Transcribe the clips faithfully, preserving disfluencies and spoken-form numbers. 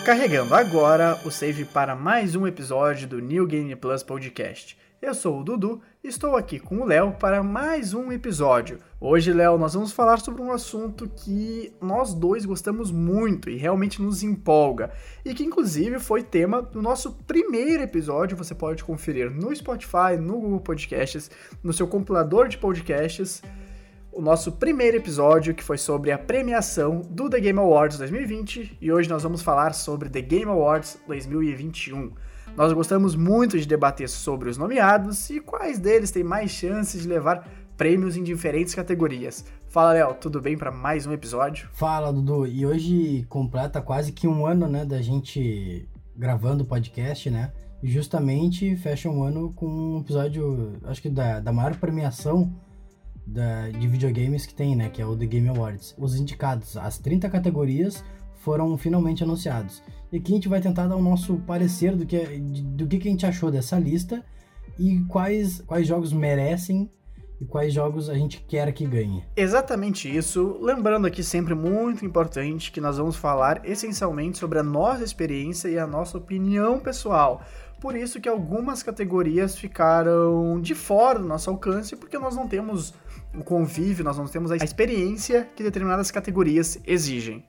Carregando agora o save para mais um episódio do New Game Plus Podcast. Eu sou o Dudu e estou aqui com o Léo para mais um episódio. Hoje, Léo, nós vamos falar sobre um assunto que nós dois gostamos muito e realmente nos empolga. E que, inclusive, foi tema do nosso primeiro episódio. Você pode conferir no Spotify, no Google Podcasts, no seu compilador de podcasts. O nosso primeiro episódio, que foi sobre a premiação do The Game Awards dois mil e vinte, e hoje nós vamos falar sobre The Game Awards dois mil e vinte e um. Nós gostamos muito de debater sobre os nomeados e quais deles têm mais chances de levar prêmios em diferentes categorias. Fala, Léo, tudo bem para mais um episódio? Fala, Dudu, e hoje completa quase que um ano, né, da gente gravando o podcast, né, e justamente fecha um ano com um episódio, acho que da, da maior premiação Da, de videogames que tem, né, que é o The Game Awards. Os indicados, as trinta categorias, foram finalmente anunciados. E aqui a gente vai tentar dar o nosso parecer do que, do que a gente achou dessa lista e quais, quais jogos merecem e quais jogos a gente quer que ganhe. Exatamente isso. Lembrando aqui sempre muito importante que nós vamos falar essencialmente sobre a nossa experiência e a nossa opinião pessoal. Por isso que algumas categorias ficaram de fora do nosso alcance, porque nós não temos o convívio, nós não temos a experiência que determinadas categorias exigem.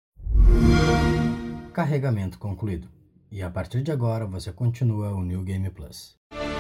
Carregamento concluído. E a partir de agora você continua o New Game Plus.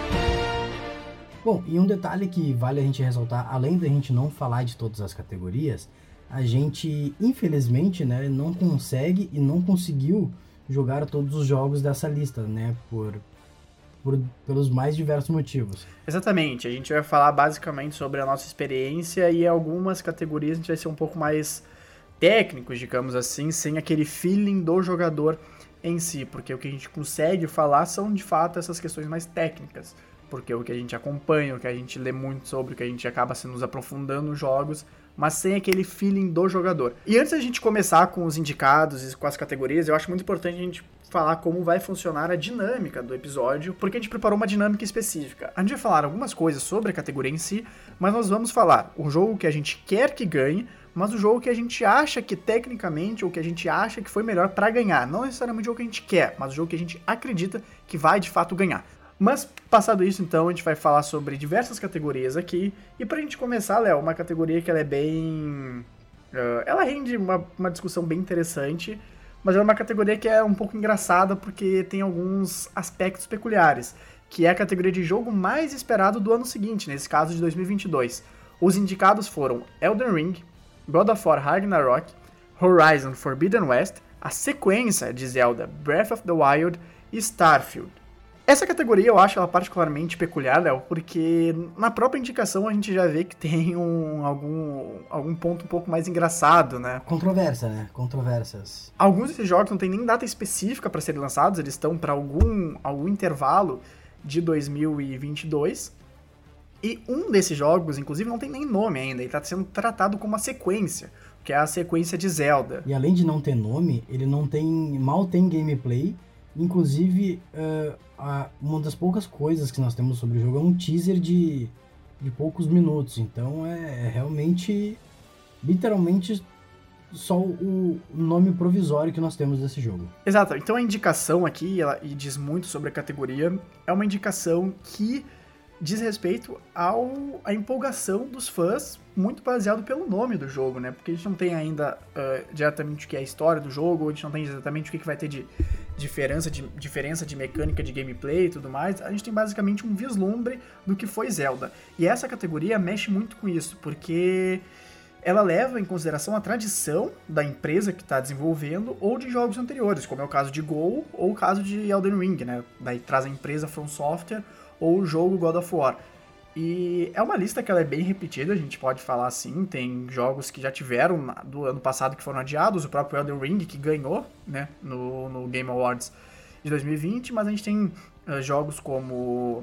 Bom, e um detalhe que vale a gente ressaltar, além da gente não falar de todas as categorias, a gente, infelizmente, né, não consegue e não conseguiu jogar todos os jogos dessa lista, né, por, por, pelos mais diversos motivos. Exatamente, a gente vai falar basicamente sobre a nossa experiência e algumas categorias a gente vai ser um pouco mais técnicos, digamos assim, sem aquele feeling do jogador em si, porque o que a gente consegue falar são de fato essas questões mais técnicas, porque o que a gente acompanha, o que a gente lê muito sobre, o que a gente acaba se nos aprofundando nos jogos, mas sem aquele feeling do jogador. E antes da gente começar com os indicados e com as categorias, eu acho muito importante a gente falar como vai funcionar a dinâmica do episódio, porque a gente preparou uma dinâmica específica. A gente vai falar algumas coisas sobre a categoria em si, mas nós vamos falar o jogo que a gente quer que ganhe, mas o jogo que a gente acha que tecnicamente, ou que a gente acha que foi melhor para ganhar. Não necessariamente o jogo que a gente quer, mas o jogo que a gente acredita que vai de fato ganhar. Mas, passado isso, então, a gente vai falar sobre diversas categorias aqui. E pra gente começar, Léo, uma categoria que ela é bem... Uh, ela rende uma, uma discussão bem interessante, mas ela é uma categoria que é um pouco engraçada porque tem alguns aspectos peculiares, que é a categoria de jogo mais esperado do ano seguinte, nesse caso de dois mil e vinte e dois. Os indicados foram Elden Ring, God of War Ragnarok, Horizon Forbidden West, a sequência de Zelda Breath of the Wild e Starfield. Essa categoria eu acho ela particularmente peculiar, Léo, porque na própria indicação a gente já vê que tem um, algum, algum ponto um pouco mais engraçado, né? Controvérsia, né? Controvérsias. Alguns desses jogos não tem nem data específica para serem lançados, eles estão para algum, algum intervalo de dois mil e vinte e dois. E um desses jogos, inclusive, não tem nem nome ainda, ele está sendo tratado como uma sequência, que é a sequência de Zelda. E além de não ter nome, ele não tem, mal tem gameplay. Inclusive, uh, uh, uma das poucas coisas que nós temos sobre o jogo é um teaser de, de poucos minutos. Então é, é realmente, literalmente, só o nome provisório que nós temos desse jogo. Exato. Então a indicação aqui, ela, e diz muito sobre a categoria, é uma indicação que diz respeito ao, à empolgação dos fãs, muito baseado pelo nome do jogo, né? Porque a gente não tem ainda uh, diretamente o que é a história do jogo, a gente não tem exatamente o que vai ter de diferença de, diferença de mecânica de gameplay e tudo mais. A gente tem basicamente um vislumbre do que foi Zelda. E essa categoria mexe muito com isso, porque ela leva em consideração a tradição da empresa que está desenvolvendo ou de jogos anteriores, como é o caso de Go ou o caso de Elden Ring, né? Daí traz a empresa From Software ou o jogo God of War. E é uma lista que ela é bem repetida, a gente pode falar assim, tem jogos que já tiveram do ano passado que foram adiados, o próprio Elden Ring que ganhou, né, no, no Game Awards de dois mil e vinte, mas a gente tem uh, jogos como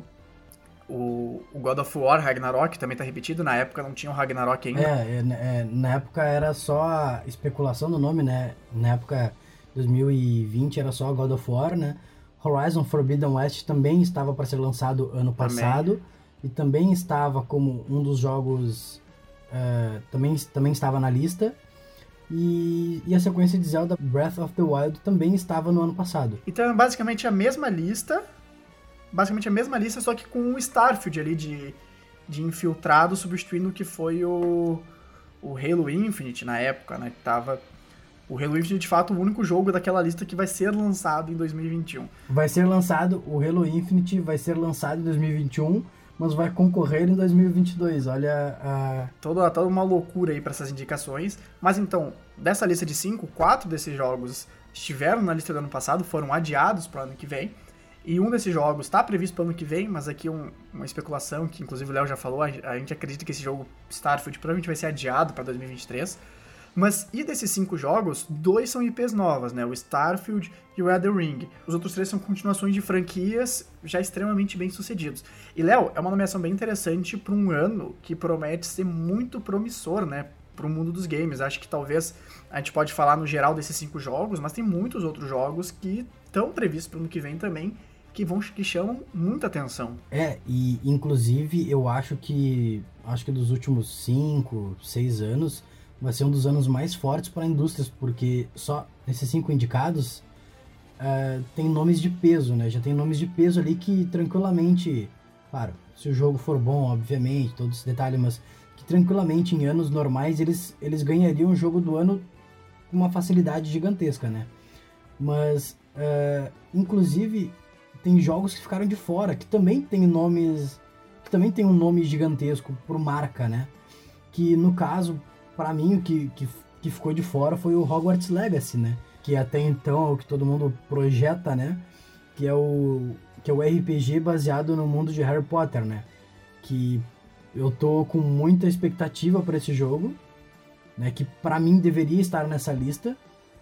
o, o God of War Ragnarok, que também está repetido, na época não tinha o Ragnarok ainda. É, é, é, na época era só a especulação do nome, né, na época dois mil e vinte era só God of War, né. Horizon Forbidden West também estava para ser lançado ano passado, também. E também estava como um dos jogos, uh, também, também estava na lista. E, e a sequência de Zelda Breath of the Wild também estava no ano passado. Então é basicamente a mesma lista, basicamente a mesma lista, só que com o Starfield ali de, de infiltrado, substituindo o que foi o, o Halo Infinite na época, né? Que tava... O Halo Infinite, de fato, o único jogo daquela lista que vai ser lançado em dois mil e vinte e um. Vai ser lançado, o Halo Infinite vai ser lançado em dois mil e vinte e um, mas vai concorrer em dois mil e vinte e dois. Olha a... Toda, toda uma loucura aí para essas indicações. Mas então, dessa lista de cinco, quatro desses jogos estiveram na lista do ano passado, foram adiados para o ano que vem. E um desses jogos está previsto para o ano que vem, mas aqui um, uma especulação que inclusive o Léo já falou, a gente acredita que esse jogo Starfield provavelmente vai ser adiado para dois mil e vinte e três. Mas, e desses cinco jogos, dois são I Ps novas, né? O Starfield e o Elden Ring. Os outros três são continuações de franquias já extremamente bem-sucedidos. E, Léo, é uma nomeação bem interessante para um ano que promete ser muito promissor, né? Para o mundo dos games. Acho que talvez a gente pode falar no geral desses cinco jogos, mas tem muitos outros jogos que estão previstos para o ano que vem também, que, vão, que chamam muita atenção. É, e inclusive eu acho que, acho que dos últimos cinco, seis anos... vai ser um dos anos mais fortes para a indústria, porque só esses cinco indicados uh, tem nomes de peso, né? Já tem nomes de peso ali que tranquilamente, claro, se o jogo for bom, obviamente, todo esse detalhe, mas que tranquilamente em anos normais eles, eles ganhariam o jogo do ano com uma facilidade gigantesca, né? Mas, uh, inclusive, tem jogos que ficaram de fora, que também tem nomes, que também tem um nome gigantesco por marca, né? Que no caso... Pra mim, o que, que, que ficou de fora foi o Hogwarts Legacy, né? Que até então é o que todo mundo projeta, né? Que é o, que é o R P G baseado no mundo de Harry Potter, né? Que eu tô com muita expectativa para esse jogo, né? Que pra mim deveria estar nessa lista,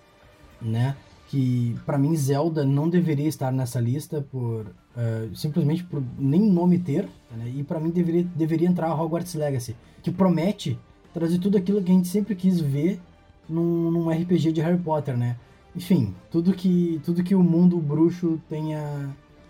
né? Que pra mim Zelda não deveria estar nessa lista por uh, simplesmente por nem nome ter, né? E pra mim deveria, deveria entrar o Hogwarts Legacy, que promete trazer tudo aquilo que a gente sempre quis ver num, num R P G de Harry Potter, né? Enfim, tudo que, tudo que o mundo bruxo tem a,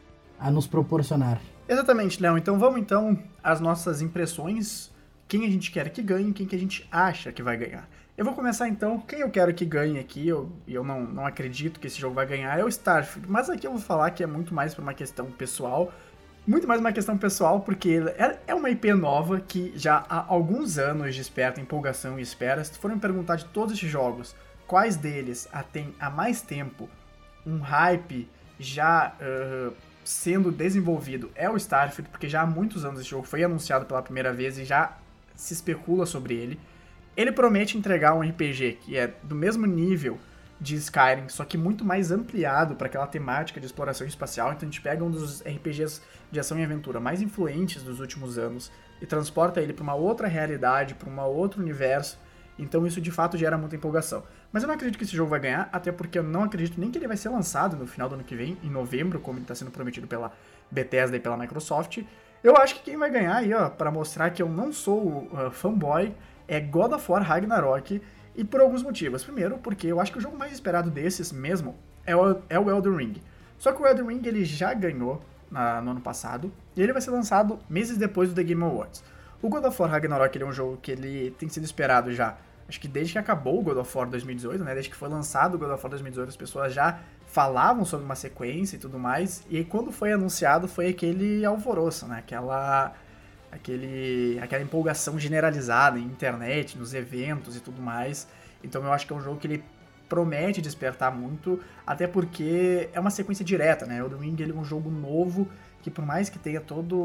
a nos proporcionar. Exatamente, Léo. Então vamos então às nossas impressões. Quem a gente quer que ganhe e quem que a gente acha que vai ganhar. Eu vou começar então, quem eu quero que ganhe aqui, e eu, eu não, não acredito que esse jogo vai ganhar, é o Starfield. Mas aqui eu vou falar que é muito mais por uma questão pessoal. Muito mais uma questão pessoal, porque é uma I P nova que já há alguns anos desperta empolgação e espera. Se forem perguntar de todos esses jogos, quais deles têm há mais tempo um hype já uh, sendo desenvolvido, é o Starfield, porque já há muitos anos esse jogo foi anunciado pela primeira vez e já se especula sobre ele. Ele promete entregar um R P G que é do mesmo nível de Skyrim, só que muito mais ampliado para aquela temática de exploração espacial. Então a gente pega um dos R P Gs de ação e aventura mais influentes dos últimos anos e transporta ele para uma outra realidade, para um outro universo. Então isso de fato gera muita empolgação. Mas eu não acredito que esse jogo vai ganhar, até porque eu não acredito nem que ele vai ser lançado no final do ano que vem, em novembro, como ele está sendo prometido pela Bethesda e pela Microsoft. Eu acho que quem vai ganhar aí, ó, para mostrar que eu não sou uh, fanboy, é God of War Ragnarok. E por alguns motivos. Primeiro, porque eu acho que o jogo mais esperado desses mesmo é o, é o Elden Ring. Só que o Elden Ring ele já ganhou na, no ano passado e ele vai ser lançado meses depois do The Game Awards. O God of War Ragnarok ele é um jogo que ele tem sido esperado já, acho que desde que acabou o God of War dois mil e dezoito, né? Desde que foi lançado o God of War dois mil e dezoito, as pessoas já falavam sobre uma sequência e tudo mais. E aí, quando foi anunciado foi aquele alvoroço, né? Aquela... Aquele, aquela empolgação generalizada em internet, nos eventos e tudo mais. Então eu acho que é um jogo que ele promete despertar muito, até porque é uma sequência direta, né? O Elden Ring ele é um jogo novo, que por mais que tenha todo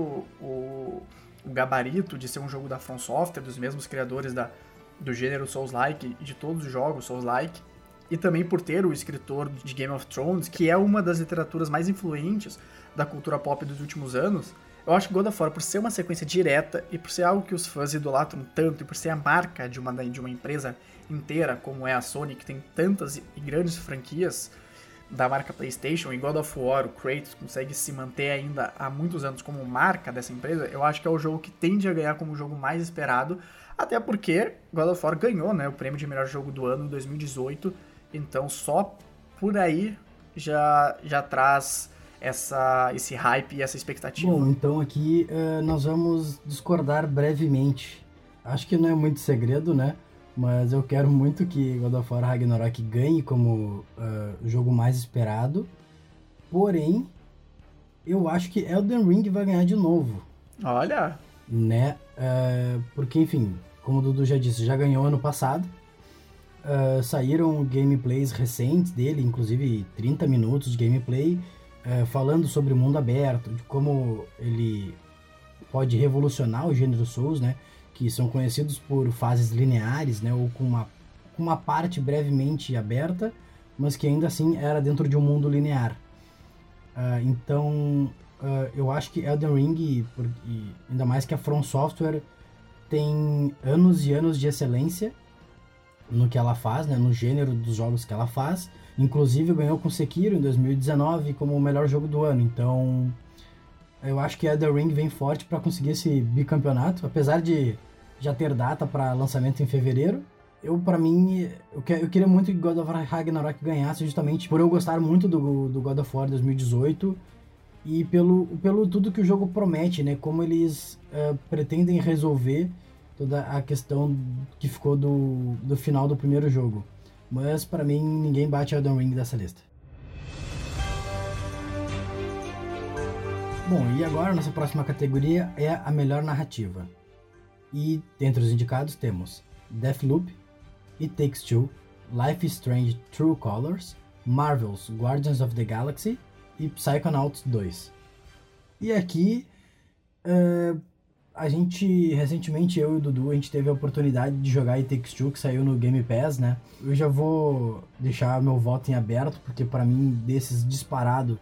o, o gabarito de ser um jogo da From Software, dos mesmos criadores da, do gênero Souls-like e de todos os jogos Souls-like, e também por ter o escritor de Game of Thrones, que é uma das literaturas mais influentes da cultura pop dos últimos anos. Eu acho que God of War, por ser uma sequência direta e por ser algo que os fãs idolatram tanto e por ser a marca de uma, de uma empresa inteira como é a Sony, que tem tantas e grandes franquias da marca PlayStation, e God of War, o Kratos, consegue se manter ainda há muitos anos como marca dessa empresa, eu acho que é o jogo que tende a ganhar como o jogo mais esperado, até porque God of War ganhou, né, o prêmio de melhor jogo do ano em dois mil e dezoito, então só por aí já, já traz... Essa, esse hype e essa expectativa. Bom, então aqui uh, nós vamos discordar brevemente. Acho que não é muito segredo, né? Mas eu quero muito que God of War Ragnarok ganhe como uh, o jogo mais esperado. Porém, eu acho que Elden Ring vai ganhar de novo. Olha! Né? Uh, porque, enfim, como o Dudu já disse, já ganhou ano passado. Uh, saíram gameplays recentes dele, inclusive trinta minutos de gameplay, uh, falando sobre o mundo aberto, de como ele pode revolucionar o gênero Souls, né? Que são conhecidos por fases lineares, né? Ou com uma, com uma parte brevemente aberta, mas que ainda assim era dentro de um mundo linear. Uh, então, uh, eu acho que Elden Ring, por, e ainda mais que a From Software, tem anos e anos de excelência no que ela faz, né, no gênero dos jogos que ela faz. Inclusive ganhou com Sekiro em dois mil e dezenove como o melhor jogo do ano. Então eu acho que Elden Ring vem forte para conseguir esse bicampeonato, apesar de já ter data para lançamento em fevereiro. Eu, para mim, eu, que, eu queria muito que God of War Ragnarok ganhasse, justamente por eu gostar muito do, do God of War dois mil e dezoito e pelo, pelo tudo que o jogo promete, né, como eles uh, pretendem resolver toda a questão que ficou do, do final do primeiro jogo. Mas, para mim, ninguém bate Elden Ring dessa lista. Bom, e agora a nossa próxima categoria é a melhor narrativa. E, dentre os indicados, temos Deathloop, It Takes Two, Life is Strange True Colors, Marvel's Guardians of the Galaxy e Psychonauts dois. E aqui... Uh, A gente, recentemente, eu e o Dudu, a gente teve a oportunidade de jogar It Takes Two, que saiu no Game Pass, né? Eu já vou deixar meu voto em aberto, porque pra mim, desses disparado,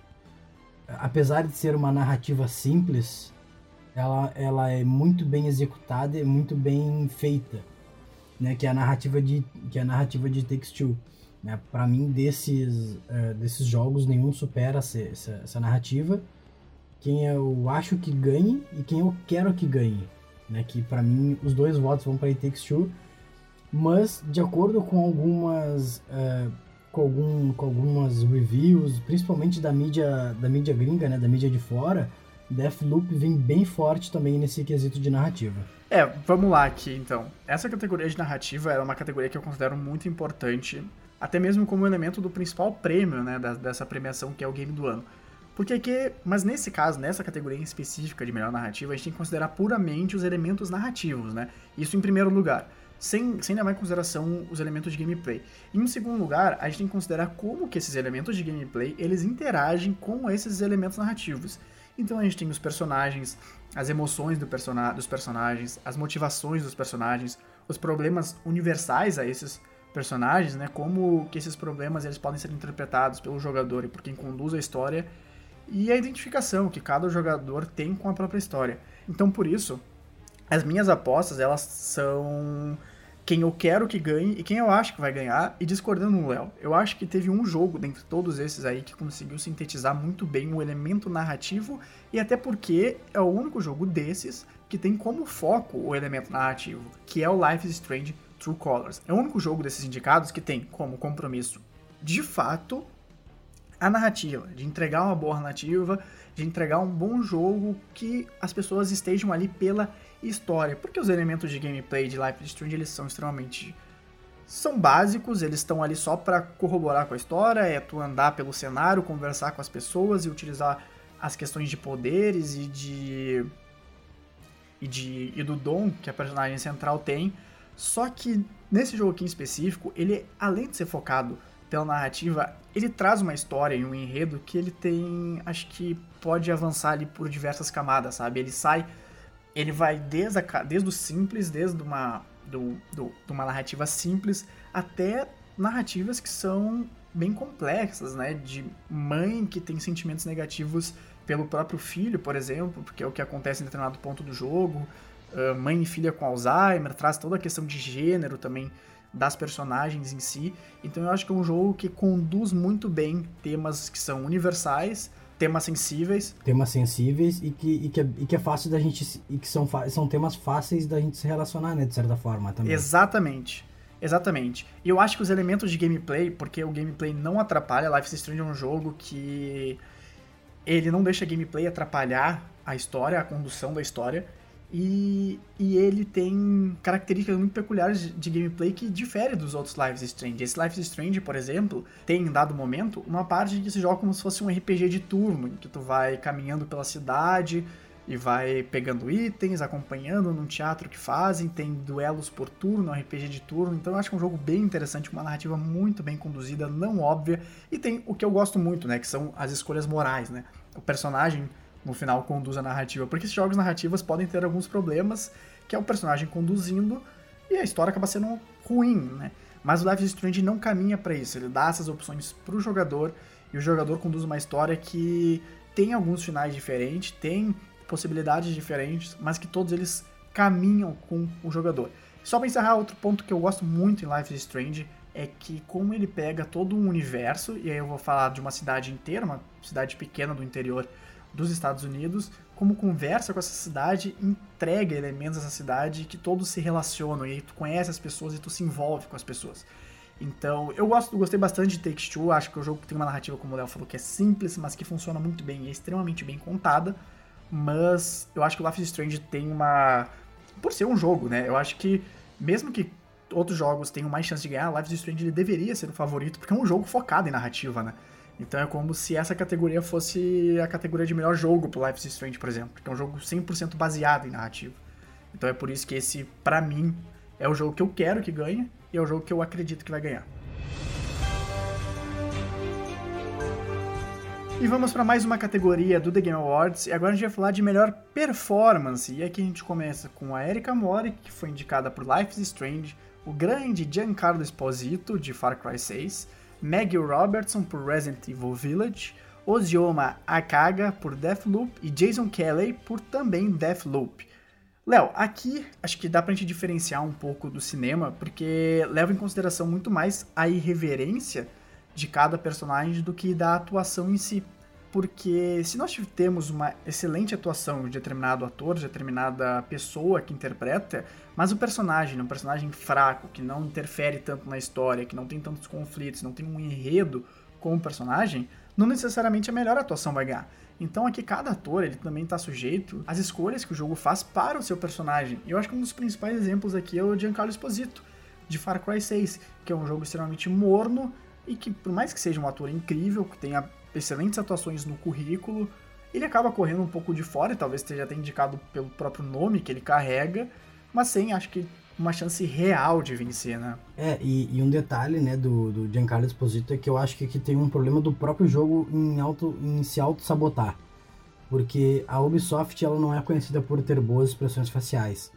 apesar de ser uma narrativa simples, ela, ela é muito bem executada e muito bem feita, né? Que é a narrativa de, que é a narrativa de It Takes Two. Né? Pra mim, desses, uh, desses jogos, nenhum supera essa, essa, essa narrativa. Quem eu acho que ganhe e quem eu quero que ganhe, né? Que para mim os dois votos vão para It Takes Two, mas de acordo com algumas uh, com, algum, com algumas reviews, principalmente da mídia da mídia gringa, né? Da mídia de fora, Deathloop vem bem forte também nesse quesito de narrativa. É, vamos lá aqui então. Essa categoria de narrativa é uma categoria que eu considero muito importante, até mesmo como elemento do principal prêmio, né? Da, dessa premiação que é o Game do Ano. Porque que, mas nesse caso, nessa categoria em específica de melhor narrativa, a gente tem que considerar puramente os elementos narrativos, né? Isso em primeiro lugar, sem, sem levar em consideração os elementos de gameplay. Em segundo lugar, a gente tem que considerar como que esses elementos de gameplay, eles interagem com esses elementos narrativos. Então a gente tem os personagens, as emoções do persona- dos personagens, as motivações dos personagens, os problemas universais a esses personagens, né? Como que esses problemas eles podem ser interpretados pelo jogador e por quem conduz a história, e a identificação que cada jogador tem com a própria história. Então, por isso, as minhas apostas, elas são quem eu quero que ganhe e quem eu acho que vai ganhar, e discordando no Léo. Eu acho que teve um jogo dentre todos esses aí que conseguiu sintetizar muito bem o elemento narrativo, e até porque é o único jogo desses que tem como foco o elemento narrativo, que é o Life is Strange True Colors. É o único jogo desses indicados que tem como compromisso, de fato, a narrativa, de entregar uma boa narrativa, de entregar um bom jogo que as pessoas estejam ali pela história, porque os elementos de gameplay de Life is Strange, eles são extremamente... são básicos, eles estão ali só para corroborar com a história, é tu andar pelo cenário, conversar com as pessoas e utilizar as questões de poderes e de... e, de, e do dom que a personagem central tem, só que nesse jogo aqui em específico, ele, além de ser focado pela narrativa, ele traz uma história e um enredo que ele tem, acho que pode avançar ali por diversas camadas, sabe? Ele sai, ele vai desde, a, desde o simples, desde uma, do, do, de uma narrativa simples, até narrativas que são bem complexas, né? De mãe que tem sentimentos negativos pelo próprio filho, por exemplo, porque é o que acontece em determinado ponto do jogo, mãe e filha com Alzheimer, traz toda a questão de gênero também, das personagens em si. Então eu acho que é um jogo que conduz muito bem temas que são universais, temas sensíveis. Temas sensíveis e que, e que, é, e que é fácil da gente... E que são, são temas fáceis da gente se relacionar, né? De certa forma também. Exatamente. Exatamente. E eu acho que os elementos de gameplay, porque o gameplay não atrapalha, Life is Strange é um jogo que... ele não deixa a gameplay atrapalhar a história, a condução da história. E, e ele tem características muito peculiares de gameplay que diferem dos outros Life is Strange. Esse Life is Strange, por exemplo, tem em dado momento uma parte que se joga como se fosse um R P G de turno, em que tu vai caminhando pela cidade e vai pegando itens, acompanhando num teatro que fazem, tem duelos por turno, R P G de turno, então eu acho que é um jogo bem interessante, uma narrativa muito bem conduzida, não óbvia, e tem o que eu gosto muito, né, que são as escolhas morais, né, o personagem no final conduz a narrativa, porque esses jogos narrativos podem ter alguns problemas, que é o personagem conduzindo e a história acaba sendo ruim, né? Mas o Life is Strange não caminha para isso, ele dá essas opções pro jogador e o jogador conduz uma história que tem alguns finais diferentes, tem possibilidades diferentes, mas que todos eles caminham com o jogador. Só para encerrar, outro ponto que eu gosto muito em Life is Strange é que como ele pega todo um universo, e aí eu vou falar de uma cidade inteira, uma cidade pequena do interior dos Estados Unidos, como conversa com essa cidade, entrega elementos dessa cidade que todos se relacionam, e aí tu conhece as pessoas e tu se envolve com as pessoas. Então, eu gosto, gostei bastante de Take-Two, acho que o jogo tem uma narrativa, como o Léo falou, que é simples, mas que funciona muito bem e é extremamente bem contada, mas eu acho que o Life is Strange tem uma... Por ser um jogo, né, eu acho que, mesmo que outros jogos tenham mais chance de ganhar, Life is Strange ele deveria ser o favorito, porque é um jogo focado em narrativa, né. Então é como se essa categoria fosse a categoria de melhor jogo pro Life is Strange, por exemplo, que é um jogo cem por cento baseado em narrativa. Então é por isso que esse, pra mim, é o jogo que eu quero que ganhe e é o jogo que eu acredito que vai ganhar. E vamos para mais uma categoria do The Game Awards, e agora a gente vai falar de melhor performance. E aqui a gente começa com a Erika Mori, que foi indicada por Life is Strange, o grande Giancarlo Esposito, de Far Cry seis, Maggie Robertson por Resident Evil Village, Ozioma Akaga por Deathloop e Jason Kelly por também Deathloop. Léo, aqui acho que dá pra gente diferenciar um pouco do cinema, porque leva em consideração muito mais a irreverência de cada personagem do que da atuação em si. Porque se nós temos uma excelente atuação de determinado ator, de determinada pessoa que interpreta, mas o personagem é um personagem fraco, que não interfere tanto na história, que não tem tantos conflitos, não tem um enredo com o personagem, não necessariamente a melhor atuação vai ganhar. Então aqui cada ator ele também está sujeito às escolhas que o jogo faz para o seu personagem. E eu acho que um dos principais exemplos aqui é o Giancarlo Esposito, de Far Cry seis, que é um jogo extremamente morno e que, por mais que seja um ator incrível, que tenha excelentes atuações no currículo, ele acaba correndo um pouco de fora, e talvez esteja até indicado pelo próprio nome que ele carrega, mas sem, acho que, uma chance real de vencer, né? É, e, e um detalhe, né, do, do Giancarlo Esposito é que eu acho que aqui tem um problema do próprio jogo em, auto, em se auto-sabotar, porque a Ubisoft, ela não é conhecida por ter boas expressões faciais,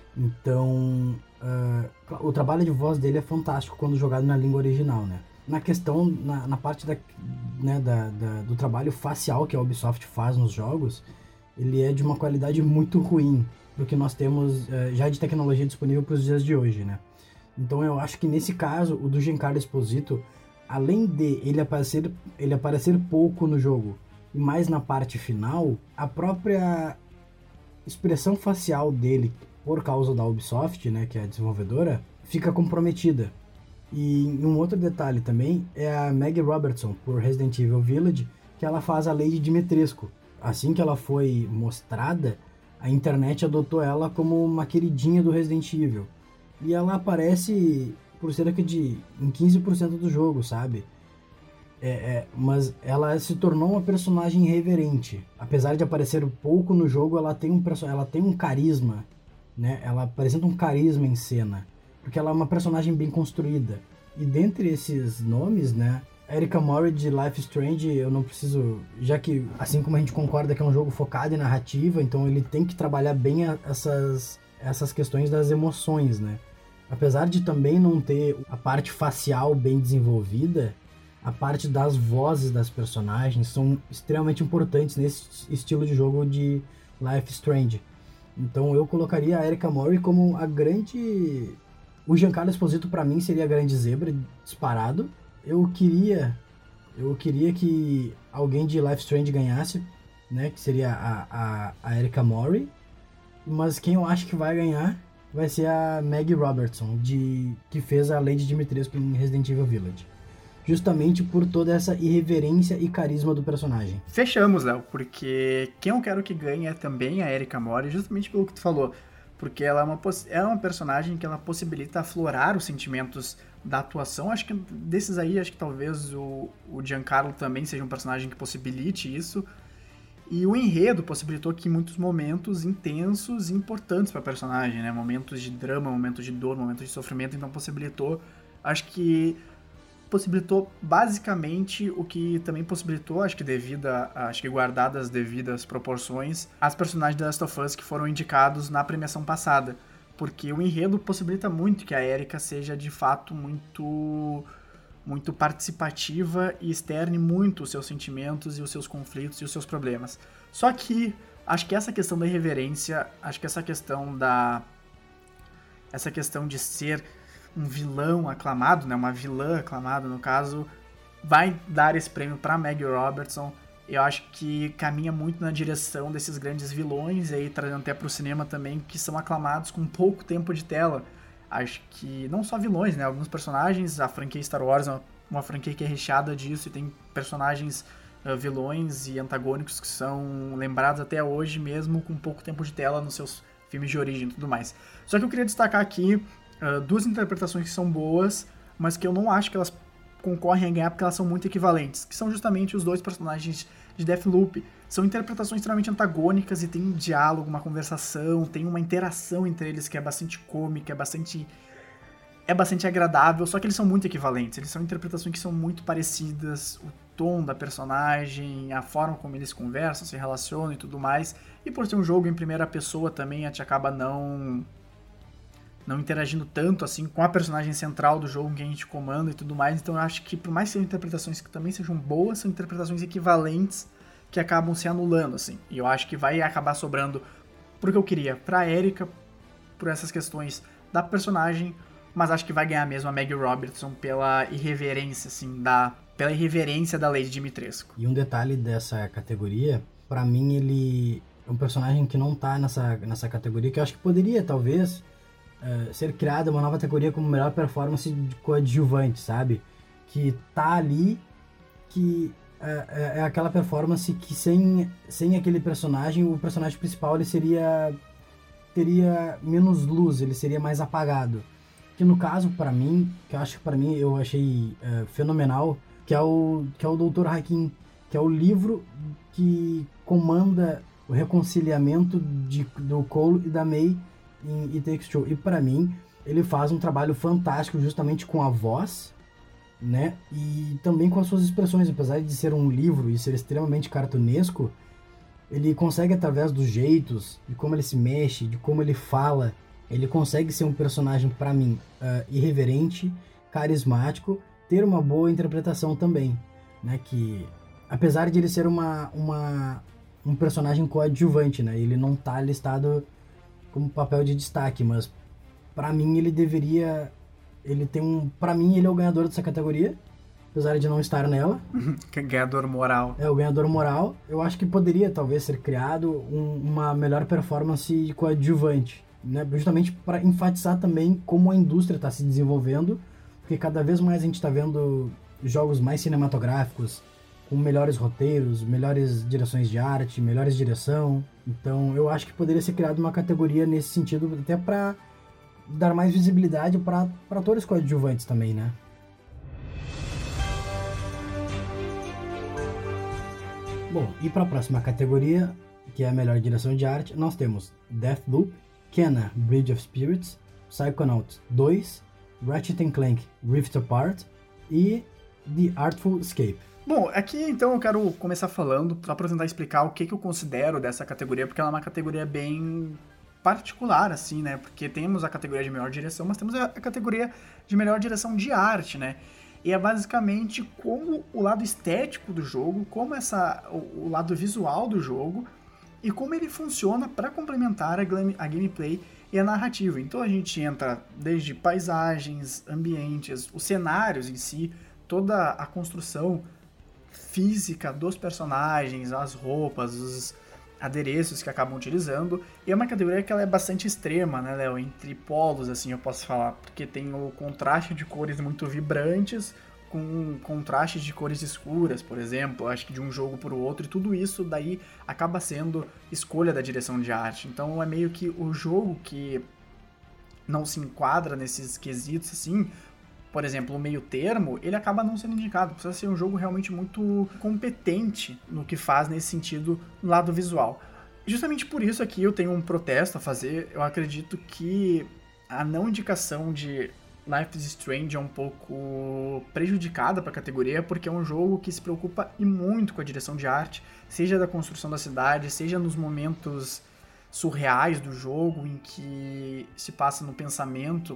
então uh, o trabalho de voz dele é fantástico quando jogado na língua original, né? Na questão, na, na parte da, né, da, da, do trabalho facial que a Ubisoft faz nos jogos, ele é de uma qualidade muito ruim do que nós temos uh, já de tecnologia disponível para os dias de hoje, né? Então eu acho que nesse caso, o do Giancarlo Esposito, além de ele aparecer, ele aparecer pouco no jogo e mais na parte final, a própria expressão facial dele, por causa da Ubisoft, né, que é a desenvolvedora, fica comprometida. E um outro detalhe também é a Maggie Robertson, por Resident Evil Village, que ela faz a Lady Dimitrescu. Assim que ela foi mostrada, a internet adotou ela como uma queridinha do Resident Evil. E ela aparece por cerca de em quinze por cento do jogo, sabe? É, é, mas ela se tornou uma personagem irreverente. Apesar de aparecer pouco no jogo, ela tem um, ela tem um carisma, né? Ela apresenta um carisma em cena, porque ela é uma personagem bem construída. E dentre esses nomes, né, Erika Mori de Life is Strange, eu não preciso... Já que, assim como a gente concorda que é um jogo focado em narrativa, então ele tem que trabalhar bem a, essas, essas questões das emoções, né? Apesar de também não ter a parte facial bem desenvolvida, a parte das vozes das personagens são extremamente importantes nesse estilo de jogo de Life is Strange. Então eu colocaria a Erika Mori como a grande... O Giancarlo Esposito, pra mim, seria a grande zebra, disparado. Eu queria, eu queria que alguém de Life is Strange ganhasse, né? Que seria a, a, a Erika Mori. Mas quem eu acho que vai ganhar vai ser a Maggie Robertson, de, que fez a Lady Dimitrescu em Resident Evil Village. justamente por toda essa irreverência e carisma do personagem. Fechamos, Léo, porque quem eu quero que ganhe é também a Erika Mori, justamente pelo que tu falou, porque ela é uma, é uma personagem que ela possibilita aflorar os sentimentos da atuação. Acho que desses aí, acho que talvez o, o Giancarlo também seja um personagem que possibilite isso. E o enredo possibilitou que muitos momentos intensos e importantes para a personagem, né? Momentos de drama, momentos de dor, momentos de sofrimento, então possibilitou, acho que possibilitou basicamente o que também possibilitou, acho que devido a, acho que guardadas as devidas proporções, as personagens da Last of Us que foram indicados na premiação passada, porque o enredo possibilita muito que a Erika seja de fato muito muito participativa e externe muito os seus sentimentos e os seus conflitos e os seus problemas. Só que acho que essa questão da irreverência, acho que essa questão da essa questão de ser um vilão aclamado, né, uma vilã aclamada no caso, vai dar esse prêmio para Maggie Robertson. Eu acho que caminha muito na direção desses grandes vilões, e aí trazendo até para o cinema também, que são aclamados com pouco tempo de tela. Acho que não só vilões, né, alguns personagens, a franquia Star Wars é uma, uma franquia que é recheada disso, e tem personagens uh, vilões e antagônicos que são lembrados até hoje mesmo com pouco tempo de tela nos seus filmes de origem e tudo mais. Só que eu queria destacar aqui Uh, duas interpretações que são boas, mas que eu não acho que elas concorrem a ganhar porque elas são muito equivalentes, que são justamente os dois personagens de Deathloop. São interpretações extremamente antagônicas e tem um diálogo, uma conversação, tem uma interação entre eles que é bastante cômica, é bastante, é bastante agradável, só que eles são muito equivalentes, eles são interpretações que são muito parecidas, o tom da personagem, a forma como eles conversam, se relacionam e tudo mais, e por ser um jogo em primeira pessoa também, a gente acaba não... não interagindo tanto assim com a personagem central do jogo que a gente comanda e tudo mais, então eu acho que por mais que sejam interpretações que também sejam boas, são interpretações equivalentes que acabam se anulando, assim, e eu acho que vai acabar sobrando pro que eu queria, pra Erika, por essas questões da personagem, mas acho que vai ganhar mesmo a Maggie Robertson pela irreverência, assim, da, pela irreverência da Lady Dimitrescu. E um detalhe dessa categoria, pra mim ele é um personagem que não tá nessa, nessa categoria, que eu acho que poderia, talvez, Uh, ser criada uma nova categoria como melhor performance de coadjuvante, sabe? Que tá ali, que uh, é aquela performance que sem, sem aquele personagem, o personagem principal ele seria teria menos luz, ele seria mais apagado. Que no caso, para mim, que eu acho que para mim eu achei uh, fenomenal, que é o que é o doutor Hakim, que é o livro que comanda o reconciliamento de, do Cole e da May em It Takes Two. E pra mim, ele faz um trabalho fantástico justamente com a voz, né? E também com as suas expressões. Apesar de ser um livro e ser extremamente cartunesco, ele consegue, através dos jeitos, de como ele se mexe, de como ele fala, ele consegue ser um personagem, pra mim, uh, irreverente, carismático, ter uma boa interpretação também, né? Que, apesar de ele ser uma, uma, um personagem coadjuvante, né? Ele não tá listado como papel de destaque, mas pra mim ele deveria, ele tem um, pra mim ele é o ganhador dessa categoria, apesar de não estar nela. Ganhador moral. É o ganhador moral. Eu acho que poderia talvez ser criado um, uma melhor performance coadjuvante, né? Justamente para enfatizar também como a indústria está se desenvolvendo, porque cada vez mais a gente está vendo jogos mais cinematográficos, com melhores roteiros, melhores direções de arte, melhores direção. Então eu acho que poderia ser criada uma categoria nesse sentido, até para dar mais visibilidade para atores coadjuvantes também, né? Bom, e para a próxima categoria, que é a melhor direção de arte, nós temos Deathloop, Kena, Bridge of Spirits, Psychonauts dois, Ratchet and Clank, Rift Apart e The Artful Escape. Bom, aqui então eu quero começar falando, só para tentar explicar o que, que eu considero dessa categoria, porque ela é uma categoria bem particular, assim, né? Porque temos a categoria de melhor direção, mas temos a categoria de melhor direção de arte, né? E é basicamente como o lado estético do jogo, como essa, o, o lado visual do jogo e como ele funciona para complementar a, a gameplay e a narrativa. Então a gente entra desde paisagens, ambientes, os cenários em si, toda a construção física dos personagens, as roupas, os adereços que acabam utilizando, e é uma categoria que ela é bastante extrema, né, Léo, entre polos, assim, eu posso falar, porque tem o contraste de cores muito vibrantes, com contrastes de cores escuras, por exemplo, acho que de um jogo para o outro, e tudo isso daí acaba sendo escolha da direção de arte. Então é meio que o jogo que não se enquadra nesses quesitos, assim, por exemplo, o meio termo, ele acaba não sendo indicado. Precisa ser um jogo realmente muito competente no que faz nesse sentido no lado visual. Justamente por isso aqui eu tenho um protesto a fazer. Eu acredito que a não indicação de Life is Strange é um pouco prejudicada para a categoria, porque é um jogo que se preocupa e muito com a direção de arte, seja da construção da cidade, seja nos momentos surreais do jogo, em que se passa no pensamento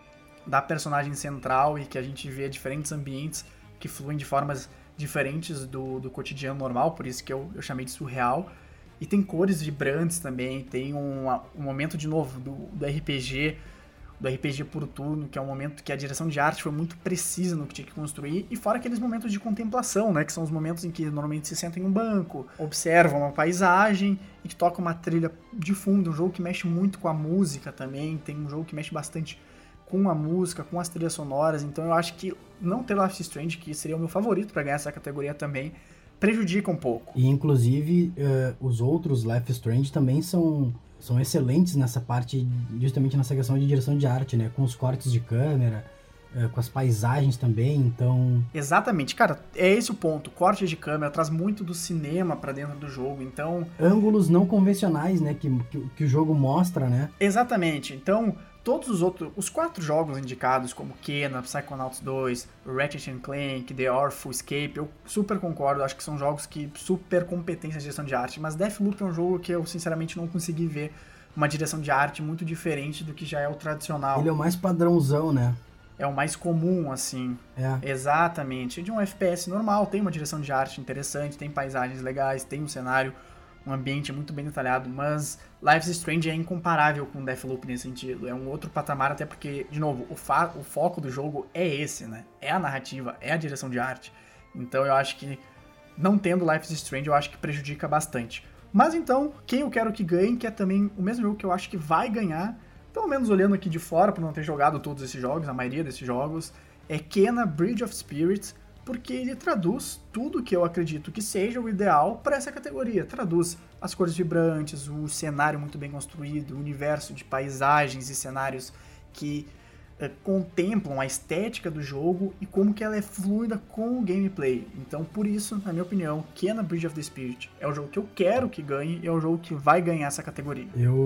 da personagem central e que a gente vê diferentes ambientes que fluem de formas diferentes do, do cotidiano normal, por isso que eu, eu chamei de surreal. E tem cores vibrantes também, tem um, um momento, de novo, do, do R P G, do R P G por turno, que é um momento que a direção de arte foi muito precisa no que tinha que construir, e fora aqueles momentos de contemplação, né, que são os momentos em que normalmente se sentam em um banco, observam uma paisagem e que toca uma trilha de fundo, um jogo que mexe muito com a música também, tem um jogo que mexe bastante com a música, com as trilhas sonoras, então eu acho que não ter Life is Strange, que seria o meu favorito para ganhar essa categoria também, prejudica um pouco. E inclusive uh, os outros Life is Strange também são, são excelentes nessa parte, justamente nessa questão de direção de arte, né? Com os cortes de câmera, uh, com as paisagens também, então... Exatamente, cara, é esse o ponto. Corte de câmera traz muito do cinema pra dentro do jogo, então... Ângulos não convencionais, né? Que, que, que o jogo mostra, né? Exatamente, então... Todos os outros, os quatro jogos indicados, como Kena, Psychonauts dois, Ratchet and Clank, The Orphan Escape, eu super concordo, acho que são jogos que super competentes na direção de arte, mas Deathloop é um jogo que eu sinceramente não consegui ver uma direção de arte muito diferente do que já é o tradicional. Ele é o mais padrãozão, né? É o mais comum, assim. É. Exatamente. De um F P S normal, tem uma direção de arte interessante, tem paisagens legais, tem um cenário, um ambiente muito bem detalhado, mas Life is Strange é incomparável com Deathloop nesse sentido. É um outro patamar, até porque, de novo, o, fa- o foco do jogo é esse, né? É a narrativa, é a direção de arte. Então eu acho que, não tendo Life is Strange, eu acho que prejudica bastante. Mas então, quem eu quero que ganhe, que é também o mesmo jogo que eu acho que vai ganhar, pelo menos olhando aqui de fora, por não ter jogado todos esses jogos, a maioria desses jogos, é Kena Bridge of Spirits, porque ele traduz tudo que eu acredito que seja o ideal para essa categoria. Traduz as cores vibrantes, o cenário muito bem construído, o universo de paisagens e cenários que é, contemplam a estética do jogo e como que ela é fluida com o gameplay. Então, por isso, na minha opinião, Kena Bridge of the Spirit é o jogo que eu quero que ganhe e é o jogo que vai ganhar essa categoria.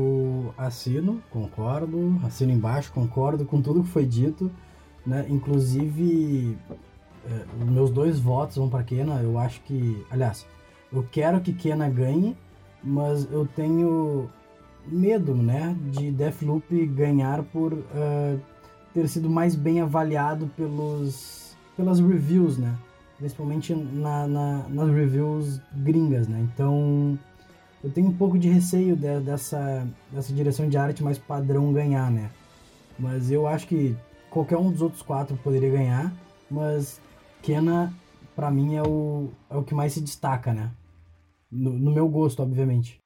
Eu assino, concordo, assino embaixo, concordo com tudo que foi dito, né? Inclusive... É, os meus dois votos vão para Kena. Eu acho que, aliás, eu quero que Kena ganhe, mas eu tenho medo, né, de Deathloop ganhar por uh, ter sido mais bem avaliado pelos, pelas reviews, né, principalmente na, na, nas reviews gringas, né. Então eu tenho um pouco de receio de, dessa, dessa direção de arte mais padrão ganhar, né, mas eu acho que qualquer um dos outros quatro poderia ganhar, mas Kena, pra mim, é o, é o que mais se destaca, né? No, no meu gosto, obviamente.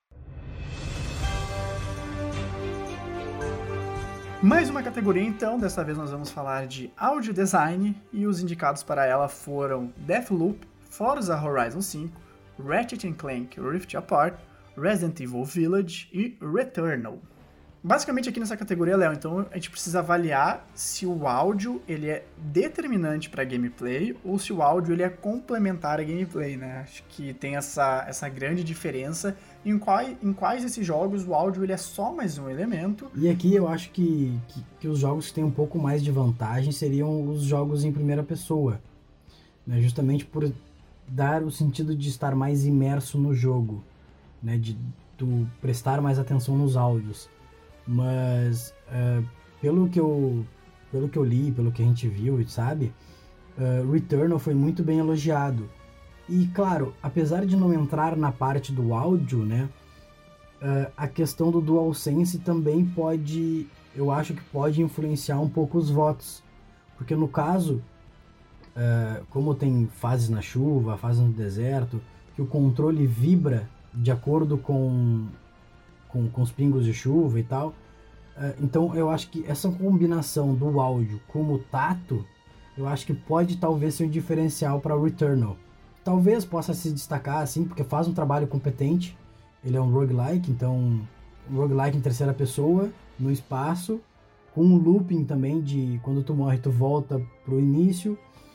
Mais uma categoria, então. Dessa vez nós vamos falar de Audio Design. E os indicados para ela foram Deathloop, Forza Horizon cinco, Ratchet and Clank Rift Apart, Resident Evil Village e Returnal. Basicamente aqui nessa categoria, Léo, então a gente precisa avaliar se o áudio ele é determinante para gameplay ou se o áudio ele é complementar a gameplay, né? Acho que tem essa, essa grande diferença em, qual, em quais desses jogos o áudio ele é só mais um elemento. E aqui eu acho que, que, que os jogos que têm um pouco mais de vantagem seriam os jogos em primeira pessoa, né? Justamente por dar o sentido de estar mais imerso no jogo, né? De tu prestar mais atenção nos áudios. Mas uh, pelo, que eu, pelo que eu li, pelo que a gente viu, sabe, uh, Returnal foi muito bem elogiado. E claro, apesar de não entrar na parte do áudio, né, uh, a questão do DualSense também pode, eu acho que pode influenciar um pouco os votos. Porque no caso, uh, como tem fases na chuva, fases no deserto, que o controle vibra de acordo com... Com, com os pingos de chuva e tal. Uh, então eu acho que essa combinação do áudio com o tato eu acho que pode talvez ser um diferencial para o Returnal. Talvez possa se destacar, assim, porque faz um trabalho competente. Ele é um roguelike, então um roguelike em terceira pessoa, no espaço, com um looping também de quando tu morre tu volta pro início.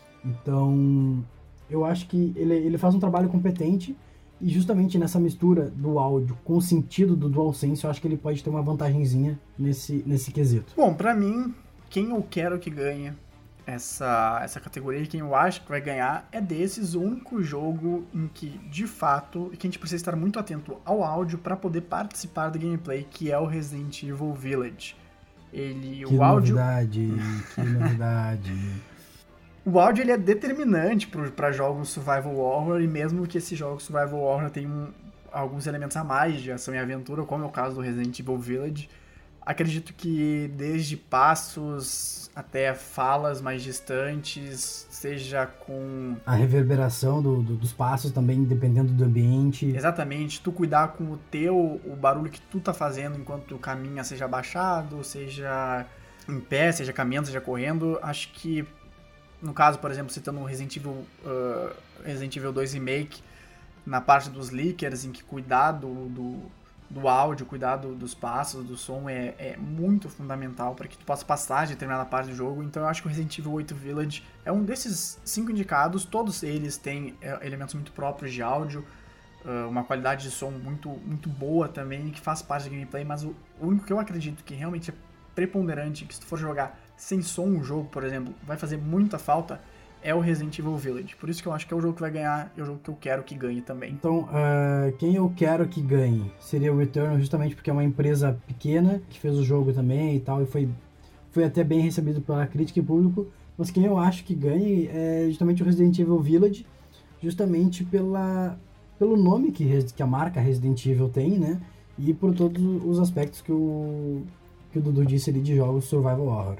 Então eu acho que ele, ele faz um trabalho competente e justamente nessa mistura do áudio com o sentido do DualSense eu acho que ele pode ter uma vantagenzinha nesse, nesse quesito. Bom, pra mim, quem eu quero que ganhe essa, essa categoria e quem eu acho que vai ganhar é desses o único jogo em que, de fato, que a gente precisa estar muito atento ao áudio para poder participar do gameplay, que é o Resident Evil Village. Ele, que o áudio... novidade, que novidade. O áudio ele é determinante para jogos survival horror, e mesmo que esse jogo survival horror tenha um, alguns elementos a mais de ação e aventura, como é o caso do Resident Evil Village, acredito que desde passos até falas mais distantes, seja com... a reverberação do, do, dos passos também, dependendo do ambiente. Exatamente, tu cuidar com o teu, o barulho que tu tá fazendo enquanto tu caminha, seja abaixado, seja em pé, seja caminhando, seja correndo. Acho que, no caso, por exemplo, citando o Resident Evil, uh, Resident Evil dois Remake, na parte dos leakers, em que cuidar do... do do áudio, cuidar do, dos passos, do som é, é muito fundamental para que tu possa passar de determinada parte do jogo. Então eu acho que o Resident Evil oito Village é um desses cinco indicados. Todos eles têm é, elementos muito próprios de áudio, uh, uma qualidade de som muito, muito boa também, que faz parte do gameplay, mas o único que eu acredito que realmente é preponderante, que se tu for jogar sem som um jogo, por exemplo, vai fazer muita falta, é o Resident Evil Village. Por isso que eu acho que é o jogo que vai ganhar e é o jogo que eu quero que ganhe também. Então, uh, quem eu quero que ganhe seria o Returnal, justamente porque é uma empresa pequena, que fez o jogo também e tal, e foi, foi até bem recebido pela crítica e público. Mas quem eu acho que ganhe é justamente o Resident Evil Village, justamente pela, pelo nome que, que a marca Resident Evil tem, né? E por todos os aspectos que o, que o Dudu disse ali de jogos survival horror.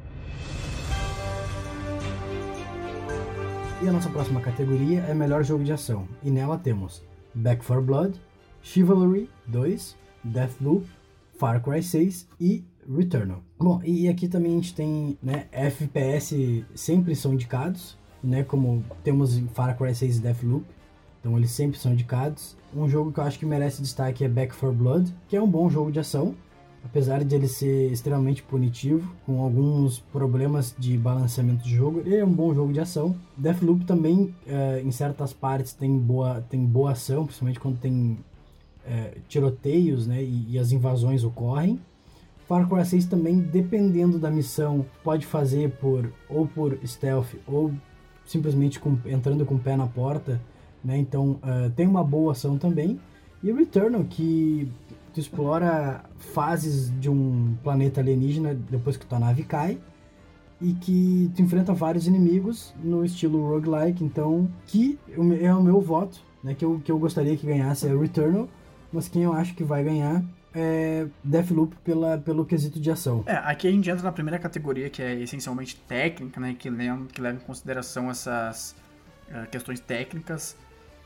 E a nossa próxima categoria é melhor jogo de ação, e nela temos Back four Blood, Chivalry dois, Deathloop, Far Cry seis e Returnal. Bom, e aqui também a gente tem, né, F P S sempre são indicados, né, como temos em Far Cry seis e Deathloop, então eles sempre são indicados. Um jogo que eu acho que merece destaque é Back four Blood, que é um bom jogo de ação, apesar de ele ser extremamente punitivo, com alguns problemas de balanceamento de jogo, ele é um bom jogo de ação. Deathloop também, é, em certas partes, tem boa, tem boa ação, principalmente quando tem é, tiroteios, né, e, e as invasões ocorrem. Far Cry seis também, dependendo da missão, pode fazer por, ou por stealth, ou simplesmente com, entrando com o pé na porta, né, então uh, tem uma boa ação também. E o Returnal, que tu explora fases de um planeta alienígena depois que tua nave cai, e que tu enfrenta vários inimigos no estilo roguelike, então que é o meu voto, né, que eu, que eu gostaria que ganhasse é o Returnal, mas quem eu acho que vai ganhar é Deathloop pela, pelo quesito de ação. É, aqui a gente entra na primeira categoria, que é essencialmente técnica, né, que leva, que leva em consideração essas uh, questões técnicas.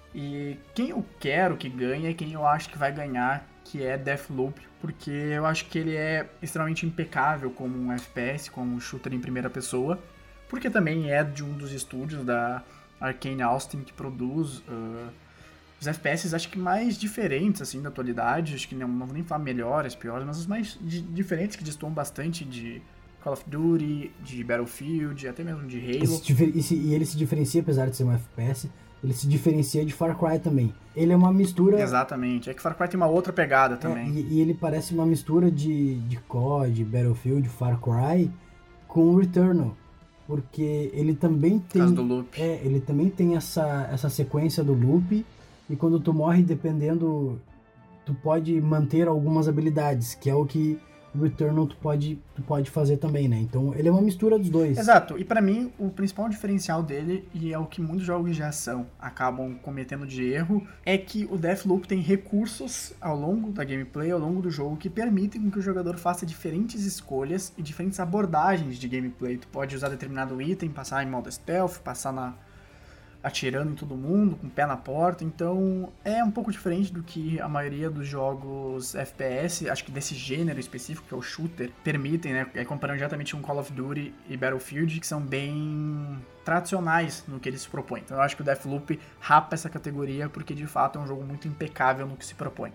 E quem eu quero que ganhe é quem eu acho que vai ganhar, que é Deathloop, porque eu acho que ele é extremamente impecável como um F P S, como um shooter em primeira pessoa, porque também é de um dos estúdios da Arkane Austin que produz uh, os F P S, acho que mais diferentes assim da atualidade, acho que não, não vou nem falar melhores, piores, mas os mais de, diferentes, que destoam bastante de Call of Duty, de Battlefield, até mesmo de Halo. Esse, e, se, e ele se diferencia, apesar de ser um F P S, ele se diferencia de Far Cry também. Ele é uma mistura... Exatamente. É que Far Cry tem uma outra pegada também. É, e, e ele parece uma mistura de, de C O D, Battlefield, Far Cry com o Returnal. Porque ele também tem... Por causa do loop. É, ele também tem essa, essa sequência do loop. E quando tu morre, dependendo... Tu pode manter algumas habilidades, que é o que o Returnal tu pode, tu pode fazer também, né? Então ele é uma mistura dos dois. Exato, e pra mim o principal diferencial dele, e é o que muitos jogos de ação acabam cometendo de erro, é que o Deathloop tem recursos ao longo da gameplay, ao longo do jogo, que permitem que o jogador faça diferentes escolhas e diferentes abordagens de gameplay. Tu pode usar determinado item, passar em modo stealth, passar na, atirando em todo mundo, com o pé na porta, então é um pouco diferente do que a maioria dos jogos F P S, acho que desse gênero específico, que é o shooter, permitem, né, é, comparando diretamente com Call of Duty e Battlefield, que são bem tradicionais no que eles se propõem. Então eu acho que o Deathloop rapa essa categoria, porque de fato é um jogo muito impecável no que se propõe.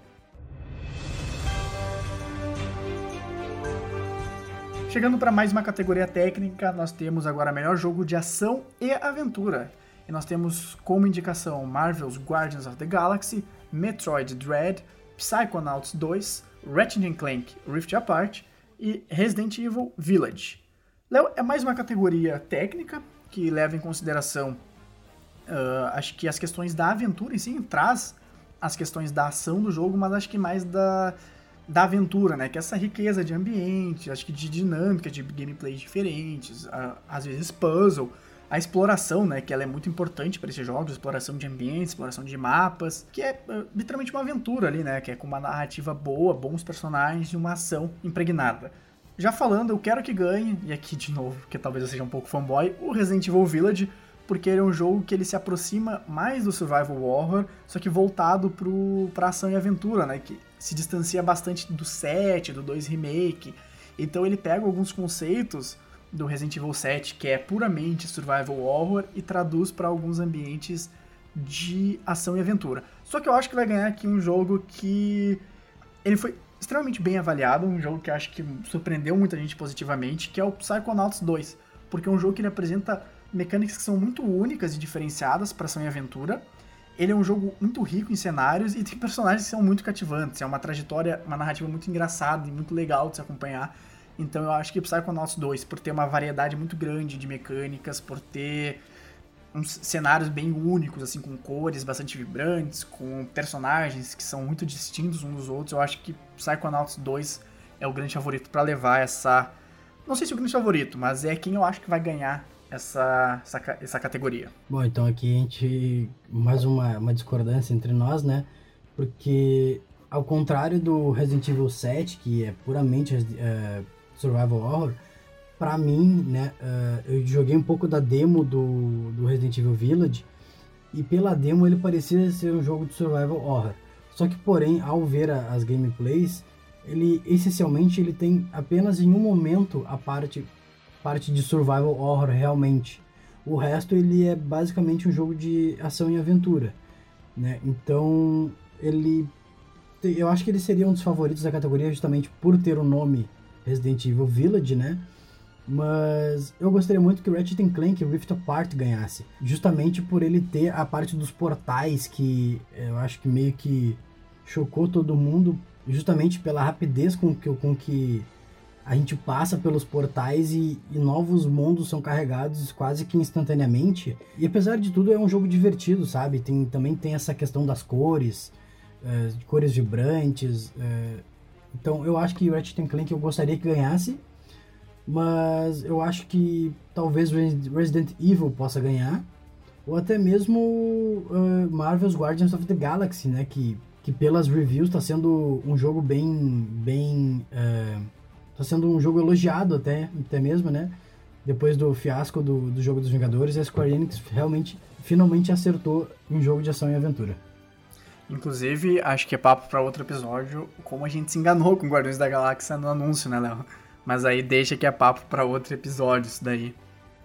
Chegando para mais uma categoria técnica, nós temos agora melhor jogo de ação e aventura. E nós temos como indicação Marvel's Guardians of the Galaxy, Metroid Dread, Psychonauts dois, Ratchet and Clank Rift Apart e Resident Evil Village. Léo, é mais uma categoria técnica que leva em consideração, uh, acho que as questões da aventura em si, traz as questões da ação do jogo, mas acho que mais da... da aventura, né, que é essa riqueza de ambiente, acho que de dinâmica, de gameplays diferentes, a, às vezes puzzle, a exploração, né, que ela é muito importante para esses jogos, exploração de ambientes, exploração de mapas, que é uh, literalmente uma aventura ali, né, que é com uma narrativa boa, bons personagens e uma ação impregnada. Já falando, eu quero que ganhe, e aqui de novo, porque talvez eu seja um pouco fanboy, o Resident Evil Village, porque ele é um jogo que ele se aproxima mais do survival horror, só que voltado pro, pra ação e aventura, né, que se distancia bastante do sete, do dois Remake. Então ele pega alguns conceitos do Resident Evil sete, que é puramente survival horror, e traduz para alguns ambientes de ação e aventura. Só que eu acho que vai ganhar aqui um jogo que ele foi extremamente bem avaliado, um jogo que eu acho que surpreendeu muita gente positivamente, que é o Psychonauts dois, porque é um jogo que ele apresenta mecânicas que são muito únicas e diferenciadas para ação e aventura. Ele é um jogo muito rico em cenários e tem personagens que são muito cativantes. É uma trajetória, uma narrativa muito engraçada e muito legal de se acompanhar. Então eu acho que Psychonauts dois, por ter uma variedade muito grande de mecânicas, por ter uns cenários bem únicos, assim, com cores bastante vibrantes, com personagens que são muito distintos uns dos outros, eu acho que Psychonauts dois é o grande favorito para levar essa... Não sei se é o grande favorito, mas é quem eu acho que vai ganhar Essa, essa, essa categoria. Bom, então aqui a gente... Mais uma, uma discordância entre nós, né? Porque, ao contrário do Resident Evil sete, que é puramente uh, survival horror, pra mim, né? Uh, eu joguei um pouco da demo do, do Resident Evil Village, e pela demo ele parecia ser um jogo de survival horror. Só que, porém, ao ver a, as gameplays, ele, essencialmente, ele tem apenas em um momento a parte... parte de survival horror realmente. O resto ele é basicamente um jogo de ação e aventura, né? Então ele, eu acho que ele seria um dos favoritos da categoria justamente por ter o nome Resident Evil Village, né? Mas eu gostaria muito que Ratchet and Clank Rift Apart ganhasse, justamente por ele ter a parte dos portais que eu acho que meio que chocou todo mundo, justamente pela rapidez com que, com que a gente passa pelos portais e, e novos mundos são carregados quase que instantaneamente. E apesar de tudo é um jogo divertido, sabe? Tem, também tem essa questão das cores, uh, de cores vibrantes. Uh, então eu acho que Ratchet and Clank eu gostaria que ganhasse, mas eu acho que talvez Resident Evil possa ganhar, ou até mesmo uh, Marvel's Guardians of the Galaxy, né? Que, que pelas reviews está sendo um jogo bem... bem uh, Tá sendo um jogo elogiado até, até mesmo, né? Depois do fiasco do, do jogo dos Vingadores, a Square Enix realmente, finalmente acertou em jogo de ação e aventura. Inclusive, acho que é papo para outro episódio, como a gente se enganou com Guardiões da Galáxia no anúncio, né, Léo? Mas aí deixa que é papo para outro episódio isso daí.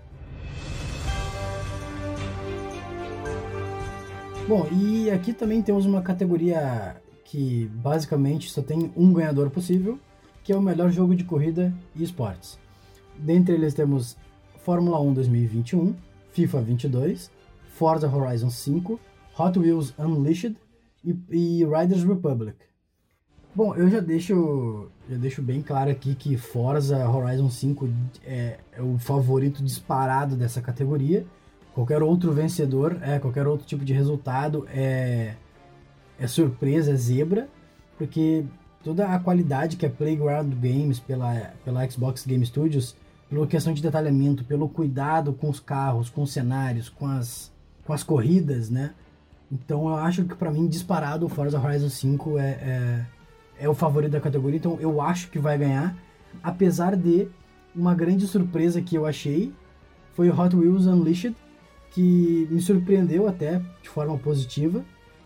Bom, e aqui também temos uma categoria que basicamente só tem um ganhador possível, que é o melhor jogo de corrida e esportes. Dentre eles temos Fórmula um dois mil e vinte e um, FIFA vinte e dois, Forza Horizon cinco, Hot Wheels Unleashed e, e Riders Republic. Bom, eu já deixo, já deixo bem claro aqui que Forza Horizon cinco é, é o favorito disparado dessa categoria. Qualquer outro vencedor, é, qualquer outro tipo de resultado é, é surpresa, é zebra, porque toda a qualidade que a Playground Games, pela, pela Xbox Game Studios, pela questão de detalhamento, pelo cuidado com os carros, com os cenários, com as, com as corridas, né? Então eu acho que pra mim, disparado, o Forza Horizon cinco é, é, é o favorito da categoria, então eu acho que vai ganhar, apesar de uma grande surpresa que eu achei, foi o Hot Wheels Unleashed, que me surpreendeu até de forma positiva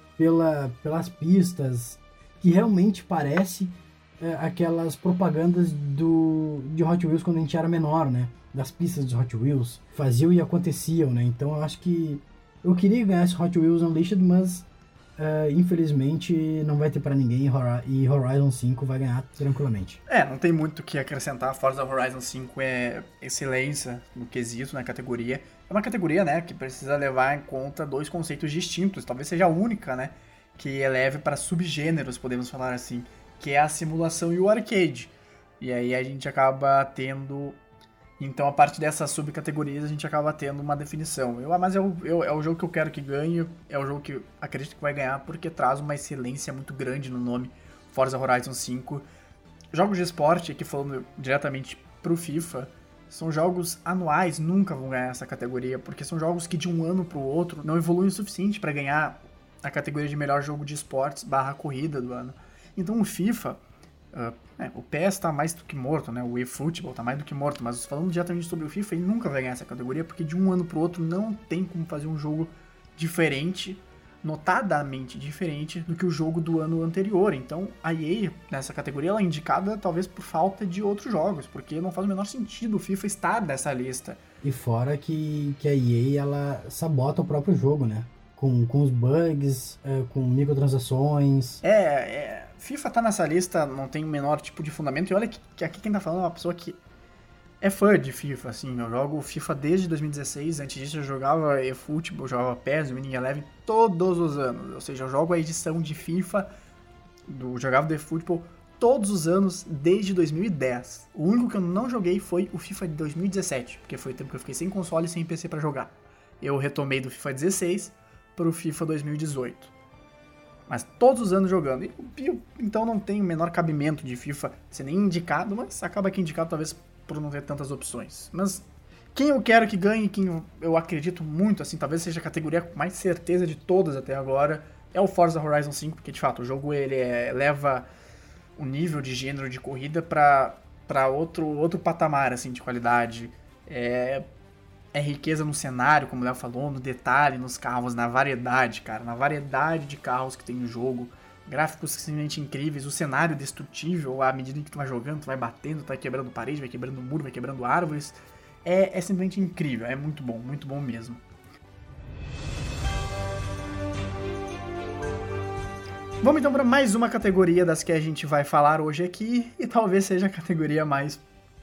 pela, pelas pistas, que realmente parece é, aquelas propagandas do, de Hot Wheels quando a gente era menor, né? Das pistas de Hot Wheels, faziam e aconteciam, né? Então eu acho que eu queria ganhar esse Hot Wheels Unleashed, mas Uh, infelizmente não vai ter pra ninguém e Horizon cinco vai ganhar tranquilamente. É, não tem muito o que acrescentar. Forza Horizon cinco é excelência no quesito, na categoria. É uma categoria, né, que precisa levar em conta dois conceitos distintos. Talvez seja a única, né, que eleve para subgêneros, podemos falar assim, que é a simulação e o arcade. E aí a gente acaba tendo... Então, a partir dessas subcategorias, a gente acaba tendo uma definição. Eu, mas eu, eu, é o jogo que eu quero que ganhe, é o jogo que acredito que vai ganhar, porque traz uma excelência muito grande no nome, Forza Horizon cinco. Jogos de esporte, aqui falando diretamente pro FIFA, são jogos anuais, nunca vão ganhar essa categoria, porque são jogos que de um ano pro outro não evoluem o suficiente para ganhar a categoria de melhor jogo de esportes barra corrida do ano. Então, o FIFA... Uh, é, o P E S tá mais do que morto, né? O eFootball tá mais do que morto, mas falando diretamente sobre o FIFA, ele nunca vai ganhar essa categoria, porque de um ano pro outro não tem como fazer um jogo diferente, notadamente diferente do que o jogo do ano anterior. Então a E A, nessa categoria, ela é indicada talvez por falta de outros jogos, porque não faz o menor sentido o FIFA estar nessa lista. E fora que, que a E A, ela sabota o próprio jogo, né? Com, com os bugs, é, com microtransações. É, é... FIFA tá nessa lista, não tem o menor tipo de fundamento, e olha que, que aqui quem tá falando é uma pessoa que é fã de FIFA, assim, eu jogo FIFA desde dois mil e dezesseis, antes disso eu jogava eFootball, jogava P E S, Winning Eleven, todos os anos, ou seja, eu jogo a edição de FIFA, do, jogava do eFootball todos os anos desde dois mil e dez. O único que eu não joguei foi o FIFA de dois mil e dezessete, porque foi o tempo que eu fiquei sem console e sem P C pra jogar. Eu retomei do FIFA dezesseis pro FIFA dois mil e dezoito. Mas todos os anos jogando. E, então não tem o menor cabimento de FIFA ser nem indicado, mas acaba que indicado talvez por não ter tantas opções. Mas quem eu quero que ganhe, quem eu acredito muito, assim, talvez seja a categoria com mais certeza de todas até agora, é o Forza Horizon cinco, porque de fato o jogo ele é, leva o nível de gênero de corrida para para outro, outro patamar assim, de qualidade. É... É riqueza no cenário, como o Léo falou, no detalhe, nos carros, na variedade, cara. Na variedade de carros que tem no jogo. Gráficos simplesmente incríveis. O cenário destrutível, à medida que tu vai jogando, tu vai batendo, tu vai quebrando parede, vai quebrando muro, vai quebrando árvores. É, é simplesmente incrível, é muito bom, muito bom mesmo. Vamos então para mais uma categoria das que a gente vai falar hoje aqui. E talvez seja a categoria mais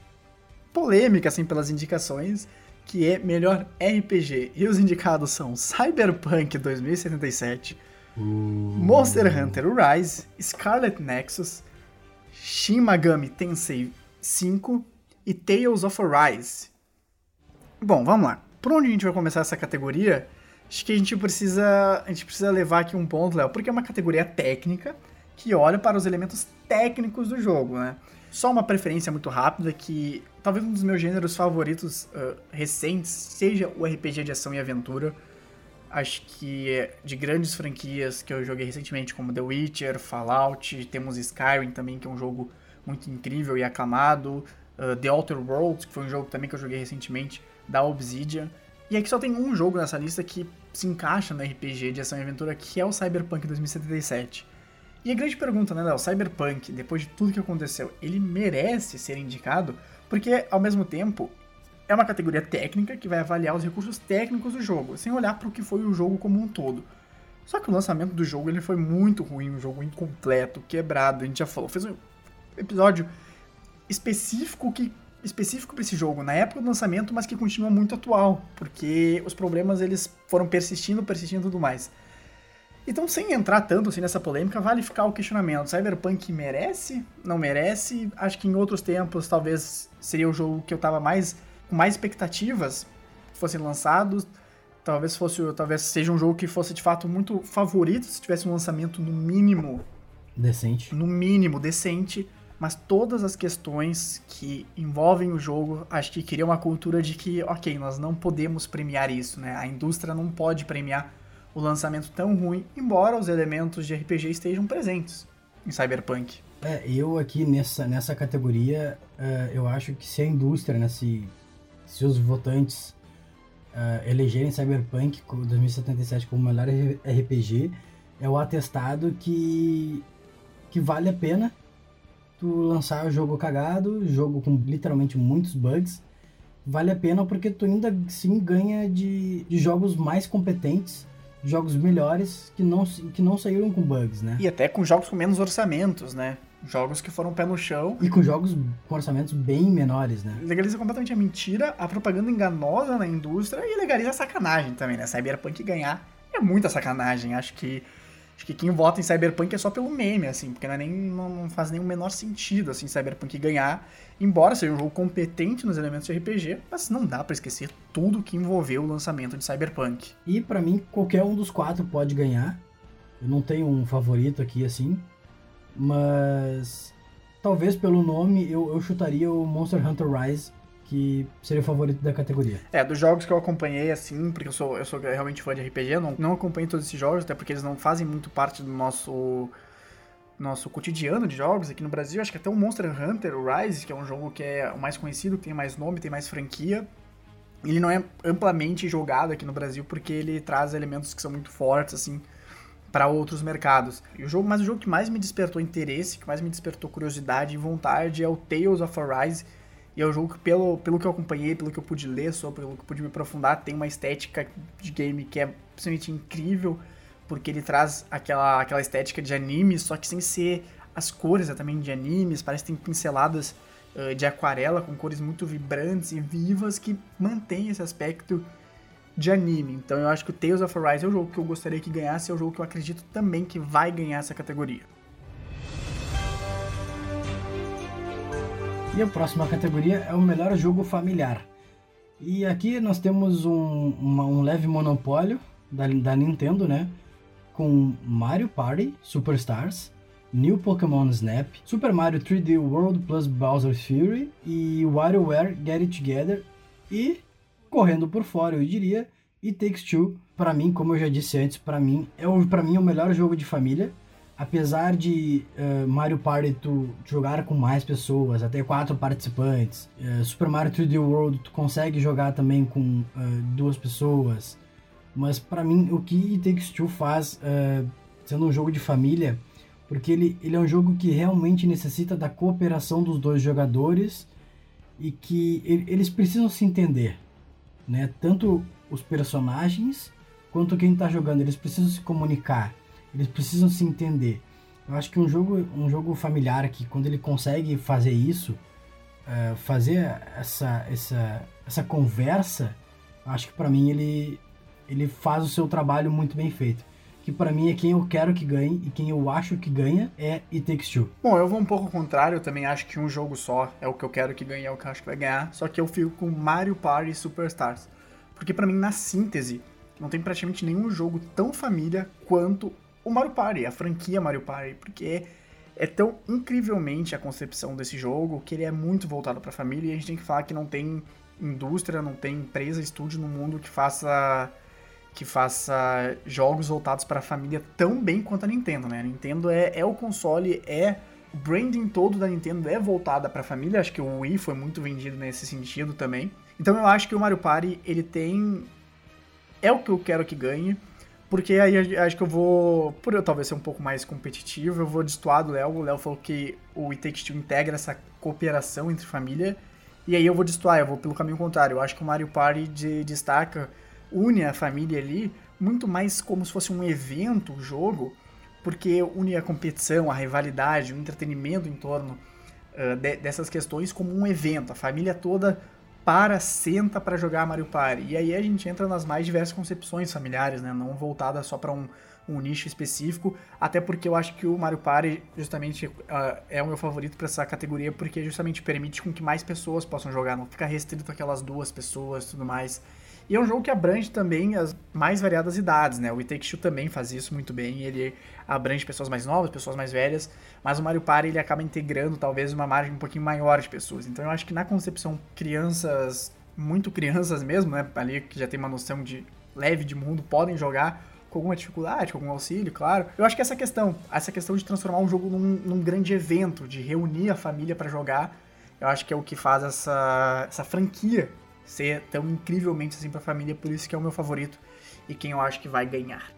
polêmica, assim, pelas indicações, que é melhor R P G. E os indicados são Cyberpunk dois mil e setenta e sete, uh. Monster Hunter Rise, Scarlet Nexus, Shin Megami Tensei cinco e Tales of Arise. Bom, vamos lá. Por onde a gente vai começar essa categoria? Acho que a gente precisa, a gente precisa levar aqui um ponto, Léo, porque é uma categoria técnica que olha para os elementos técnicos do jogo, né? Só uma preferência muito rápida que talvez um dos meus gêneros favoritos uh, recentes seja o R P G de ação e aventura. Acho que de grandes franquias que eu joguei recentemente, como The Witcher, Fallout, temos Skyrim também, que é um jogo muito incrível e aclamado, uh, The Outer Worlds, que foi um jogo também que eu joguei recentemente, da Obsidian. E aqui só tem um jogo nessa lista que se encaixa no R P G de ação e aventura, que é o Cyberpunk dois mil e setenta e sete. E a grande pergunta, né, Léo? Cyberpunk, depois de tudo que aconteceu, ele merece ser indicado? Porque, ao mesmo tempo, é uma categoria técnica que vai avaliar os recursos técnicos do jogo, sem olhar para o que foi o jogo como um todo. Só que o lançamento do jogo ele foi muito ruim, um jogo incompleto, quebrado. A gente já falou, fez um episódio específico que específico para esse jogo, na época do lançamento, mas que continua muito atual, porque os problemas eles foram persistindo, persistindo e tudo mais. Então, sem entrar tanto assim nessa polêmica, vale ficar o questionamento. Cyberpunk merece? Não merece? Acho que em outros tempos talvez seria o jogo que eu tava mais com mais expectativas que fossem lançados. Talvez fosse, talvez seja um jogo que fosse de fato muito favorito se tivesse um lançamento no mínimo decente. No mínimo decente, mas todas as questões que envolvem o jogo, acho que cria uma cultura de que, OK, nós não podemos premiar isso, né? A indústria não pode premiar o lançamento tão ruim, embora os elementos de R P G estejam presentes em Cyberpunk. É, eu aqui nessa, nessa categoria, uh, eu acho que se a indústria, né, se, se os votantes uh, elegerem Cyberpunk dois mil e setenta e sete como o melhor R P G, é o atestado que, que vale a pena tu lançar o jogo cagado, jogo com literalmente muitos bugs, vale a pena porque tu ainda sim ganha de, de jogos mais competentes, jogos melhores que não, que não saíram com bugs, né? E até com jogos com menos orçamentos, né? Jogos que foram pé no chão. E com jogos com orçamentos bem menores, né? Legaliza completamente a mentira, a propaganda enganosa na indústria e legaliza a sacanagem também, né? Cyberpunk ganhar é muita sacanagem. Acho que, acho que quem vota em Cyberpunk é só pelo meme, assim, porque não, é nem, não, não faz nenhum menor sentido, assim, Cyberpunk ganhar, embora seja um jogo competente nos elementos de R P G, mas não dá pra esquecer tudo que envolveu o lançamento de Cyberpunk. E pra mim, qualquer um dos quatro pode ganhar. Eu não tenho um favorito aqui, assim, mas talvez pelo nome eu, eu chutaria o Monster Hunter Rise, que seria o favorito da categoria. É, dos jogos que eu acompanhei, assim, porque eu sou, eu sou realmente fã de R P G, eu não, não acompanhei todos esses jogos, até porque eles não fazem muito parte do nosso, nosso cotidiano de jogos aqui no Brasil. Acho que até o Monster Hunter Rise, que é um jogo que é o mais conhecido, que tem mais nome, tem mais franquia, ele não é amplamente jogado aqui no Brasil, porque ele traz elementos que são muito fortes, assim, para outros mercados. E o jogo, mas o jogo que mais me despertou interesse, que mais me despertou curiosidade e vontade é o Tales of Arise. E é um jogo que, pelo, pelo que eu acompanhei, pelo que eu pude ler sobre, pelo que eu pude me aprofundar, tem uma estética de game que é absolutamente incrível, porque ele traz aquela, aquela estética de anime, só que sem ser as cores também de animes, parece que tem pinceladas uh, de aquarela com cores muito vibrantes e vivas que mantém esse aspecto de anime. Então eu acho que o Tales of Arise é o jogo que eu gostaria que ganhasse, é o jogo que eu acredito também que vai ganhar essa categoria. E a próxima categoria é o melhor jogo familiar. E aqui nós temos um, uma, um leve monopólio da, da Nintendo, né? Com Mario Party Superstars, New Pokémon Snap, Super Mario três D World plus Bowser's Fury e WarioWare Get It Together. E, correndo por fora, eu diria, It Takes Two. Para mim, como eu já disse antes, para mim, é o, pra mim é o melhor jogo de família. Apesar de uh, Mario Party tu jogar com mais pessoas, até quatro participantes, uh, Super Mario três D World tu consegue jogar também com uh, duas pessoas, mas para mim o que It Takes Two faz, uh, sendo um jogo de família, porque ele, ele é um jogo que realmente necessita da cooperação dos dois jogadores e que ele, eles precisam se entender, né? Tanto os personagens quanto quem está jogando, eles precisam se comunicar. Eles precisam se entender. Eu acho que um jogo, um jogo familiar que quando ele consegue fazer isso, uh, fazer essa, essa, essa conversa, eu acho que pra mim ele, ele faz o seu trabalho muito bem feito. Que pra mim é quem eu quero que ganhe e quem eu acho que ganha é It Takes Two. Bom, eu vou um pouco ao contrário, eu também acho que um jogo só é o que eu quero que ganhe, é o que eu acho que vai ganhar, só que eu fico com Mario Party Superstars. Porque pra mim, na síntese, não tem praticamente nenhum jogo tão família quanto o Mario Party, a franquia Mario Party, porque é tão incrivelmente a concepção desse jogo que ele é muito voltado para a família e a gente tem que falar que não tem indústria, não tem empresa, estúdio no mundo que faça que faça jogos voltados para a família tão bem quanto a Nintendo, né? A Nintendo é, é o console, é o branding todo da Nintendo é voltada para a família, acho que o Wii foi muito vendido nesse sentido também. Então eu acho que o Mario Party, ele tem é o que eu quero que ganhe. Porque aí acho que eu vou, por eu talvez ser um pouco mais competitivo, eu vou destoar do Léo. O Léo falou que o It Takes Two integra essa cooperação entre família. E aí eu vou destoar, eu vou pelo caminho contrário. Eu acho que o Mario Party de, destaca, une a família ali, muito mais como se fosse um evento, o jogo, porque une a competição, a rivalidade, o entretenimento em torno uh, de, dessas questões como um evento. A família toda para, senta para jogar Mario Party. E aí a gente entra nas mais diversas concepções familiares, né? Não voltada só para um, um nicho específico, até porque eu acho que o Mario Party justamente uh, é o meu favorito para essa categoria, porque justamente permite com que mais pessoas possam jogar, não fica restrito àquelas duas pessoas e tudo mais. E é um jogo que abrange também as mais variadas idades, né? O It Takes Two também faz isso muito bem, ele abrange pessoas mais novas, pessoas mais velhas, mas o Mario Party ele acaba integrando talvez uma margem um pouquinho maior de pessoas. Então eu acho que na concepção crianças, muito crianças mesmo, né? Ali que já tem uma noção de leve de mundo, podem jogar com alguma dificuldade, com algum auxílio, claro. Eu acho que essa questão, essa questão de transformar um jogo num, num grande evento, de reunir a família para jogar, eu acho que é o que faz essa, essa franquia ser tão incrivelmente assim pra família, por isso que é o meu favorito e quem eu acho que vai ganhar.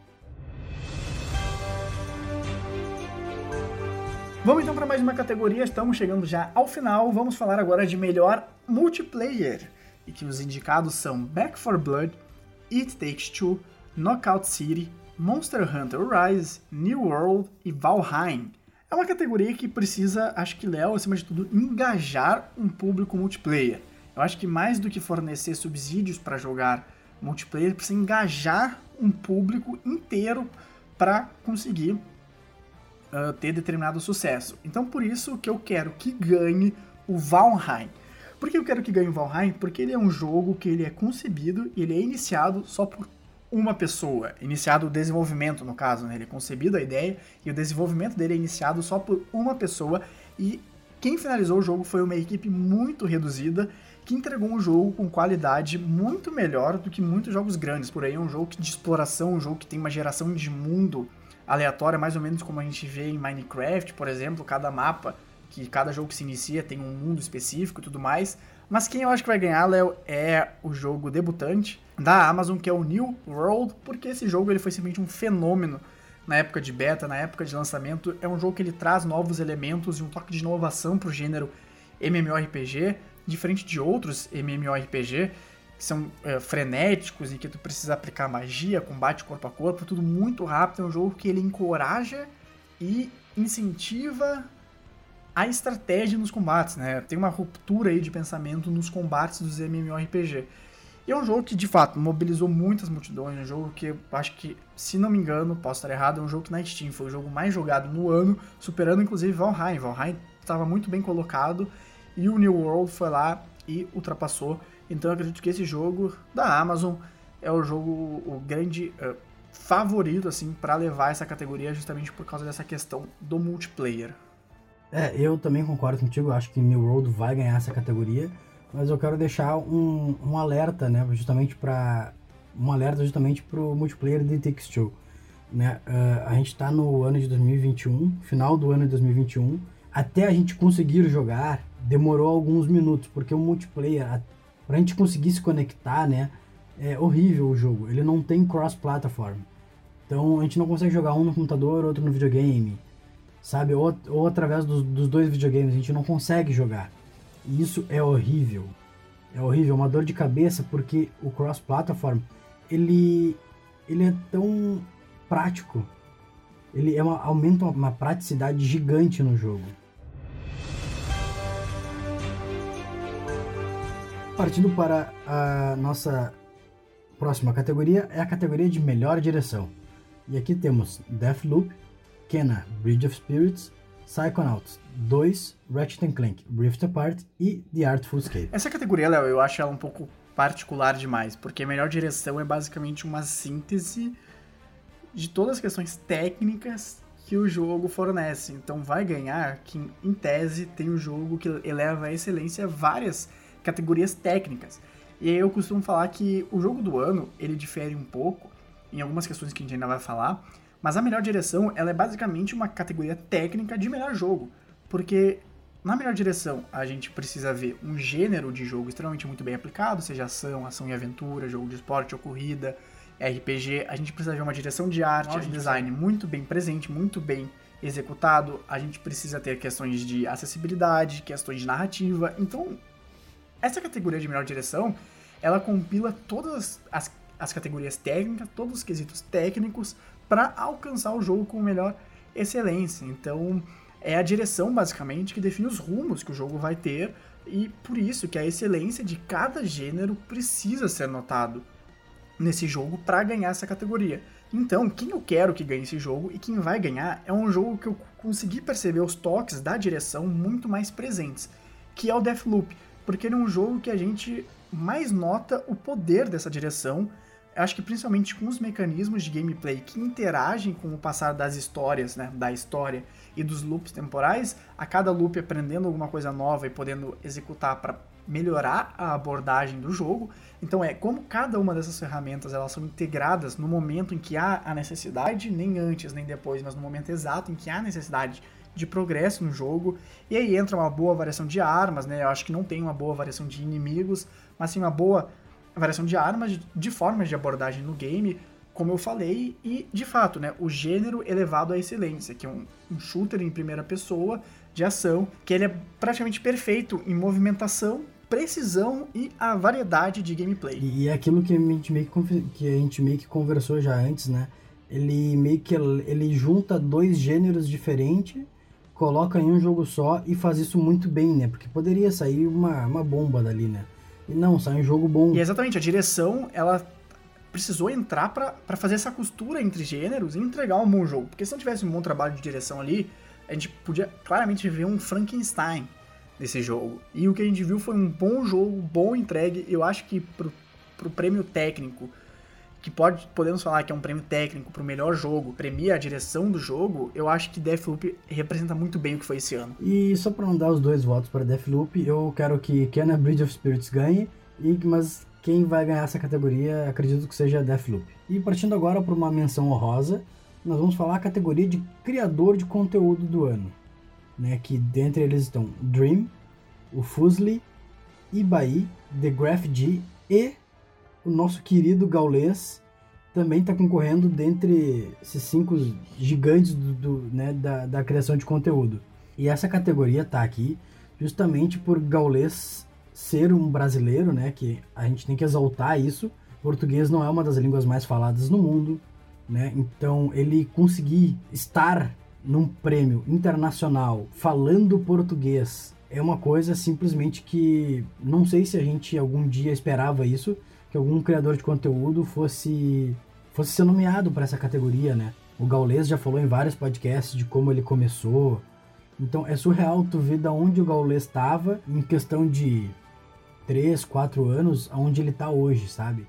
Vamos então para mais uma categoria, estamos chegando já ao final, vamos falar agora de melhor multiplayer, e que os indicados são Back four Blood, It Takes Two, Knockout City, Monster Hunter Rise, New World e Valheim. É uma categoria que precisa, acho que, Léo, acima de tudo, engajar um público multiplayer. Eu acho que mais do que fornecer subsídios para jogar multiplayer, precisa engajar um público inteiro para conseguir uh, ter determinado sucesso. Então, por isso que eu quero que ganhe o Valheim. Por que eu quero que ganhe o Valheim? Porque ele é um jogo que ele é concebido e ele é iniciado só por uma pessoa, iniciado o desenvolvimento, no caso, né? Ele é concebido a ideia e o desenvolvimento dele é iniciado só por uma pessoa, e quem finalizou o jogo foi uma equipe muito reduzida, que entregou um jogo com qualidade muito melhor do que muitos jogos grandes por aí. É um jogo de exploração, um jogo que tem uma geração de mundo aleatória, mais ou menos como a gente vê em Minecraft, por exemplo, cada mapa, que cada jogo que se inicia tem um mundo específico e tudo mais. Mas quem eu acho que vai ganhar, Léo, é o jogo debutante da Amazon, que é o New World, porque esse jogo ele foi simplesmente um fenômeno na época de beta, na época de lançamento. É um jogo que ele traz novos elementos e um toque de inovação para o gênero MMORPG, diferente de outros MMORPG, que são é, frenéticos, em que tu precisa aplicar magia, combate corpo a corpo, tudo muito rápido. É um jogo que ele encoraja e incentiva a estratégia nos combates, né? Tem uma ruptura aí de pensamento nos combates dos MMORPG. E é um jogo que, de fato, mobilizou muitas multidões, um jogo que eu acho que, se não me engano, posso estar errado, é um jogo que na Steam foi o jogo mais jogado no ano, superando inclusive Valheim. Valheim estava muito bem colocado e o New World foi lá e ultrapassou. Então eu acredito que esse jogo da Amazon é o jogo, o grande uh, favorito, assim, para levar essa categoria, justamente por causa dessa questão do multiplayer. É, eu também concordo contigo, acho que New World vai ganhar essa categoria, mas eu quero deixar um, um alerta, né, justamente para um alerta justamente pro multiplayer de It Takes Two, né? Uh, a gente tá no ano de dois mil e vinte e um, final do ano de dois mil e vinte e um, até a gente conseguir jogar demorou alguns minutos, porque o multiplayer, a, pra gente conseguir se conectar, né, é horrível o jogo, ele não tem cross-platform, então a gente não consegue jogar um no computador, outro no videogame, sabe, ou, ou através dos, dos dois videogames, a gente não consegue jogar. E isso é horrível. É horrível, é uma dor de cabeça, porque o cross-platform, ele, ele é tão prático. Ele é uma, aumenta uma praticidade gigante no jogo. Partindo para a nossa próxima categoria, é a categoria de melhor direção. E aqui temos Deathloop, Kena, Bridge of Spirits, Psychonauts dois, Ratchet and Clank, Rift Apart e The Artful Escape. Essa categoria, Léo, eu acho ela um pouco particular demais, porque a melhor direção é basicamente uma síntese de todas as questões técnicas que o jogo fornece. Então vai ganhar quem, em tese, tem um jogo que eleva à excelência várias categorias técnicas. E aí eu costumo falar que o jogo do ano, ele difere um pouco, em algumas questões que a gente ainda vai falar, mas a melhor direção, ela é basicamente uma categoria técnica de melhor jogo, porque na melhor direção a gente precisa ver um gênero de jogo extremamente muito bem aplicado, seja ação, ação e aventura, jogo de esporte ou corrida, R P G, a gente precisa ver uma direção de arte, um design sabe. muito bem presente, muito bem executado, a gente precisa ter questões de acessibilidade, questões de narrativa. Então, essa categoria de melhor direção, ela compila todas as, as categorias técnicas, todos os quesitos técnicos, para alcançar o jogo com melhor excelência. Então, é a direção, basicamente, que define os rumos que o jogo vai ter, e por isso que a excelência de cada gênero precisa ser notado nesse jogo para ganhar essa categoria. Então, quem eu quero que ganhe esse jogo e quem vai ganhar é um jogo que eu consegui perceber os toques da direção muito mais presentes, que é o Deathloop, porque ele é um jogo que a gente mais nota o poder dessa direção. Acho que principalmente com os mecanismos de gameplay que interagem com o passar das histórias, né, da história e dos loops temporais, a cada loop aprendendo alguma coisa nova e podendo executar para melhorar a abordagem do jogo. Então é como cada uma dessas ferramentas elas são integradas no momento em que há a necessidade, nem antes nem depois, mas no momento exato em que há necessidade de progresso no jogo, e aí entra uma boa variação de armas, né? Eu acho que não tem uma boa variação de inimigos, mas sim uma boa variação de armas, de formas de abordagem no game, como eu falei, e de fato, né, o gênero elevado à excelência, que é um, um shooter em primeira pessoa, de ação, que ele é praticamente perfeito em movimentação, precisão e a variedade de gameplay. E é aquilo que a gente meio que, que, a gente meio que conversou já antes, né? Ele meio que ele junta dois gêneros diferentes, coloca em um jogo só e faz isso muito bem, né? Porque poderia sair uma, uma bomba dali, né? E não, sai um jogo bom. E exatamente, a direção, ela precisou entrar pra, pra fazer essa costura entre gêneros e entregar um bom jogo. Porque se não tivesse um bom trabalho de direção ali, a gente podia claramente ver um Frankenstein desse jogo. E o que a gente viu foi um bom jogo, bom entregue. Eu acho que pro, pro prêmio técnico, que pode, podemos falar que é um prêmio técnico pro melhor jogo, premia a direção do jogo, eu acho que Deathloop representa muito bem o que foi esse ano. E só pra não dar os dois votos para Deathloop, eu quero que Kena Bridge of Spirits ganhe, e, mas quem vai ganhar essa categoria, acredito que seja Deathloop. E partindo agora para uma menção honrosa, nós vamos falar a categoria de criador de conteúdo do ano, né, que dentre eles estão Dream, o Fusli, Ibai, The Graph G e o nosso querido Gaules também está concorrendo dentre esses cinco gigantes do, do, né, da, da criação de conteúdo. E essa categoria está aqui justamente por Gaules ser um brasileiro, né, que a gente tem que exaltar isso. Português não é uma das línguas mais faladas no mundo, né? Então ele conseguir estar num prêmio internacional falando português é uma coisa simplesmente que não sei se a gente algum dia esperava isso, que algum criador de conteúdo fosse, fosse ser nomeado para essa categoria, né? O Gaules já falou em vários podcasts de como ele começou. Então é surreal tu ver da onde o Gaules estava em questão de três, quatro anos, aonde ele tá hoje, sabe?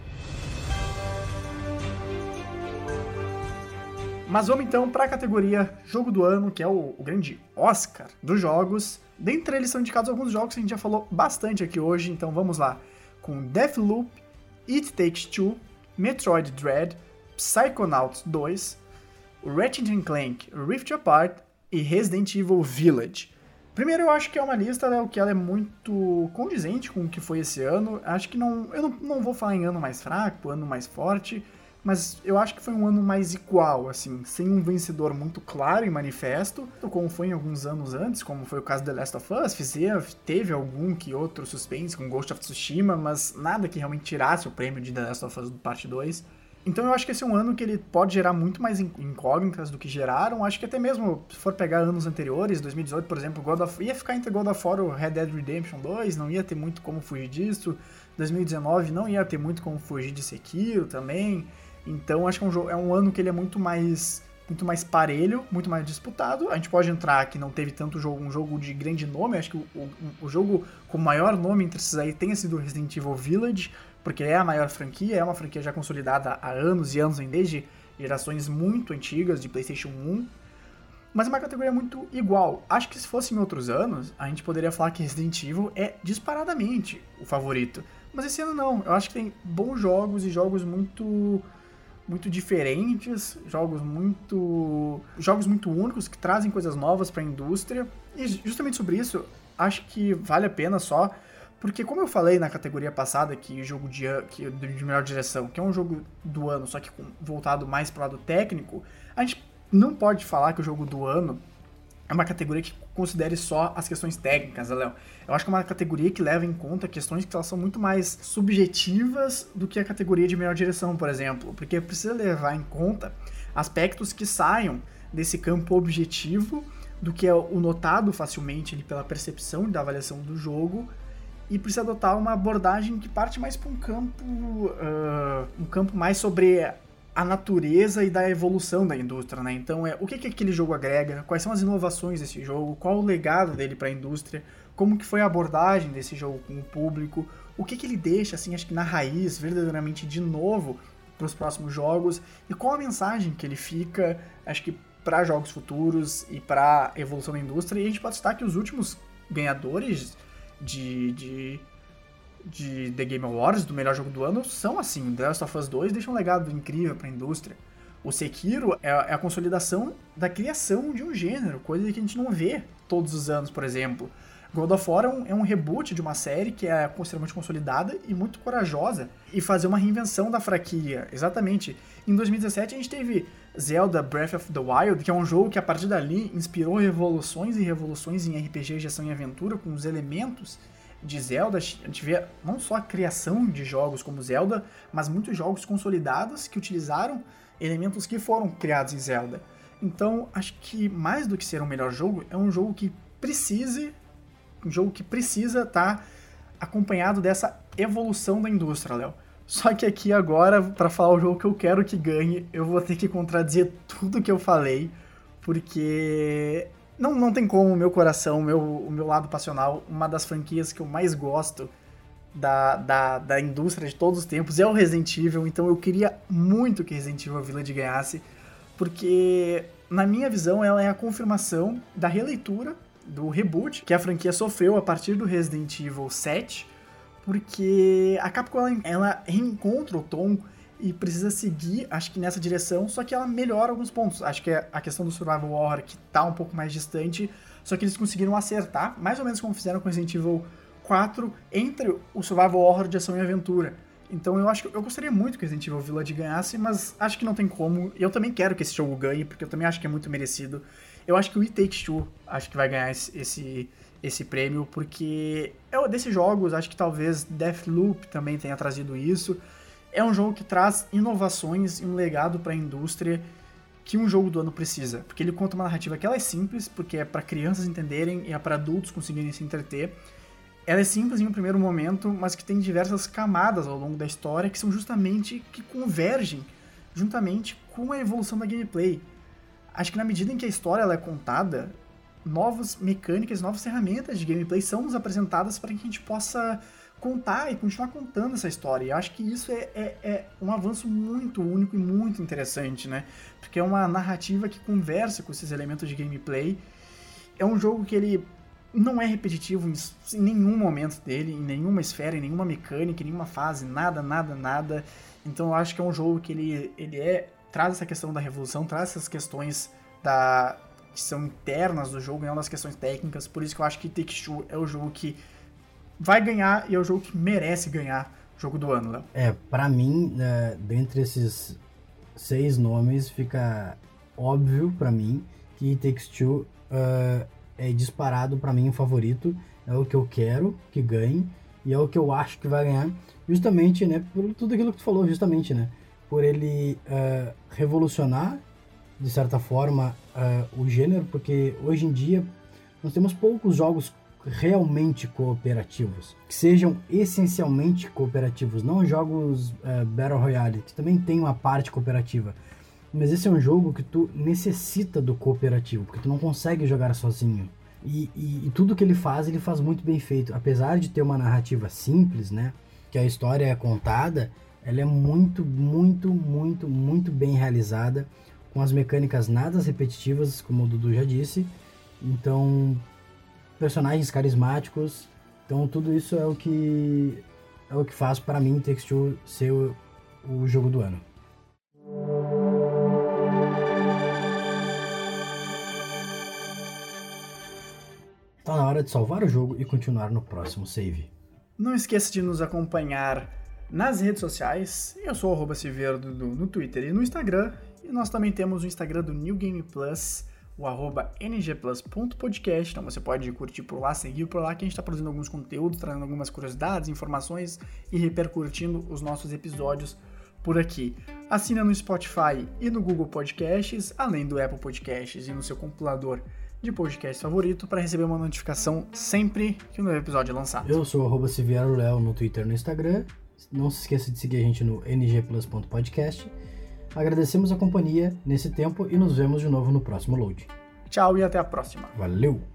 Mas vamos então para a categoria Jogo do Ano, que é o, o grande Oscar dos jogos. Dentre eles são indicados alguns jogos que a gente já falou bastante aqui hoje, então vamos lá. Com Deathloop, It Takes Two, Metroid Dread, Psychonauts dois, Ratchet and Clank Rift Apart e Resident Evil Village. Primeiro, eu acho que é uma lista, né, que ela é muito condizente com o que foi esse ano. Acho que não, eu não, não vou falar em ano mais fraco, ano mais forte, mas eu acho que foi um ano mais igual, assim, sem um vencedor muito claro e manifesto, como foi em alguns anos antes, como foi o caso de The Last of Us. Fizeram, teve algum que outro suspense com Ghost of Tsushima, mas nada que realmente tirasse o prêmio de The Last of Us parte dois. Então eu acho que esse é um ano que ele pode gerar muito mais incógnitas do que geraram. Acho que até mesmo, se for pegar anos anteriores, dois mil e dezoito, por exemplo, God of... ia ficar entre God of War e Red Dead Redemption dois, não ia ter muito como fugir disso. dois mil e dezenove não ia ter muito como fugir de Sekiro também. Então acho que é um, jogo, é um ano que ele é muito mais, muito mais parelho, muito mais disputado. A gente pode entrar que não teve tanto jogo, um jogo de grande nome. Acho que o, o, o jogo com maior nome entre esses aí tenha sido Resident Evil Village, porque é a maior franquia, é uma franquia já consolidada há anos e anos, desde gerações muito antigas de PlayStation um. Mas é uma categoria muito igual. Acho que se fosse em outros anos, a gente poderia falar que Resident Evil é disparadamente o favorito. Mas esse ano não. Eu acho que tem bons jogos e jogos muito... muito diferentes, jogos muito jogos muito únicos que trazem coisas novas para a indústria. E justamente sobre isso, acho que vale a pena só, porque como eu falei na categoria passada, que o jogo de, que, de melhor direção, que é um jogo do ano, só que com, voltado mais para o lado técnico, a gente não pode falar que o jogo do ano é uma categoria que considere só as questões técnicas, Léo. Eu acho que é uma categoria que leva em conta questões que elas são muito mais subjetivas do que a categoria de melhor direção, por exemplo, porque precisa levar em conta aspectos que saiam desse campo objetivo, do que é o notado facilmente ali pela percepção da avaliação do jogo, e precisa adotar uma abordagem que parte mais para um campo, uh, um campo mais sobre a natureza e da evolução da indústria, né? Então, é, o que, que aquele jogo agrega, quais são as inovações desse jogo, qual o legado dele para a indústria, como que foi a abordagem desse jogo com o público, o que, que ele deixa, assim, acho que na raiz, verdadeiramente de novo para os próximos jogos, e qual a mensagem que ele fica, acho que para jogos futuros e para a evolução da indústria. E a gente pode citar que os últimos ganhadores de... de de The Game Awards, do melhor jogo do ano, são assim. The Last of Us dois deixa um legado incrível para a indústria. O Sekiro é a consolidação da criação de um gênero, coisa que a gente não vê todos os anos, por exemplo. God of War é um, é um reboot de uma série que é extremamente consolidada e muito corajosa, e fazer uma reinvenção da franquia. Exatamente. Em dois mil e dezessete a gente teve Zelda Breath of the Wild, que é um jogo que a partir dali inspirou revoluções e revoluções em R P G de ação e aventura, com os elementos de Zelda. A gente vê não só a criação de jogos como Zelda, mas muitos jogos consolidados que utilizaram elementos que foram criados em Zelda. Então, acho que mais do que ser um melhor jogo, é um jogo que precise, um jogo que precisa estar acompanhado dessa evolução da indústria, Léo. Só que aqui agora, para falar o jogo que eu quero que ganhe, eu vou ter que contradizer tudo que eu falei, porque não, não tem como o meu coração, o meu, o meu lado passional, uma das franquias que eu mais gosto Da, da, da indústria de todos os tempos é o Resident Evil, então eu queria muito que Resident Evil Village ganhasse, porque na minha visão ela é a confirmação da releitura do reboot que a franquia sofreu a partir do Resident Evil sete, porque a Capcom ela, ela reencontra o tom e precisa seguir, acho que nessa direção, só que ela melhora alguns pontos. Acho que é a questão do Survival Horror que tá um pouco mais distante, só que eles conseguiram acertar, mais ou menos como fizeram com Resident Evil quatro, entre o Survival Horror de ação e aventura. Então eu acho que eu gostaria muito que Resident Evil Village ganhasse, mas acho que não tem como. E eu também quero que esse jogo ganhe, porque eu também acho que é muito merecido. Eu acho que o It Takes Two acho que vai ganhar esse, esse, esse prêmio, porque é desses jogos, acho que talvez Deathloop também tenha trazido isso. É um jogo que traz inovações e um legado para a indústria que um jogo do ano precisa, porque ele conta uma narrativa que ela é simples, porque é para crianças entenderem e é para adultos conseguirem se entreter. Ela é simples em um primeiro momento, mas que tem diversas camadas ao longo da história que são justamente, que convergem juntamente com a evolução da gameplay. Acho que na medida em que a história ela é contada, novas mecânicas, novas ferramentas de gameplay são nos apresentadas para que a gente possa contar e continuar contando essa história. E eu acho que isso é, é, é um avanço muito único e muito interessante, né? Porque é uma narrativa que conversa com esses elementos de gameplay. É um jogo que ele não é repetitivo em nenhum momento dele, em nenhuma esfera, em nenhuma mecânica, em nenhuma fase, nada, nada, nada. Então eu acho que é um jogo que ele, ele é, traz essa questão da revolução, traz essas questões da, que são internas do jogo, não das questões técnicas. Por isso que eu acho que It Takes Two é o jogo que vai ganhar e é o jogo que merece ganhar o jogo do ano, Léo. É, pra mim, é, dentre esses seis nomes, fica óbvio pra mim que It Takes Two uh, é disparado pra mim o favorito, é o que eu quero que ganhe e é o que eu acho que vai ganhar, justamente, né, por tudo aquilo que tu falou, justamente, né, por ele uh, revolucionar, de certa forma, uh, o gênero, porque hoje em dia nós temos poucos jogos realmente cooperativos, que sejam essencialmente cooperativos, não jogos uh, Battle Royale, que também tem uma parte cooperativa, mas esse é um jogo que tu necessita do cooperativo, porque tu não consegue jogar sozinho. E, e, e tudo que ele faz, ele faz muito bem feito. Apesar de ter uma narrativa simples, né? Que a história é contada, ela é muito, muito, muito, muito bem realizada, com as mecânicas nada repetitivas, como o Dudu já disse. Então, personagens carismáticos. Então, tudo isso é o que, é o que faz, para mim, It Takes Two ser o, o jogo do ano. Tá na hora de salvar o jogo e continuar no próximo save. Não esqueça de nos acompanhar nas redes sociais. Eu sou o arroba Silveiro no Twitter e no Instagram. E nós também temos o Instagram do New Game Plus, o arroba n g plus ponto podcast. Então você pode curtir por lá, seguir por lá, que a gente está produzindo alguns conteúdos, trazendo algumas curiosidades, informações e repercutindo os nossos episódios por aqui. Assina no Spotify e no Google Podcasts, além do Apple Podcasts e no seu compilador de podcast favorito, para receber uma notificação sempre que um novo episódio é lançado. Eu sou o arroba Siviero Léo no Twitter e no Instagram. Não se esqueça de seguir a gente no n g plus ponto podcast. Agradecemos a companhia nesse tempo e nos vemos de novo no próximo load. Tchau e até a próxima. Valeu!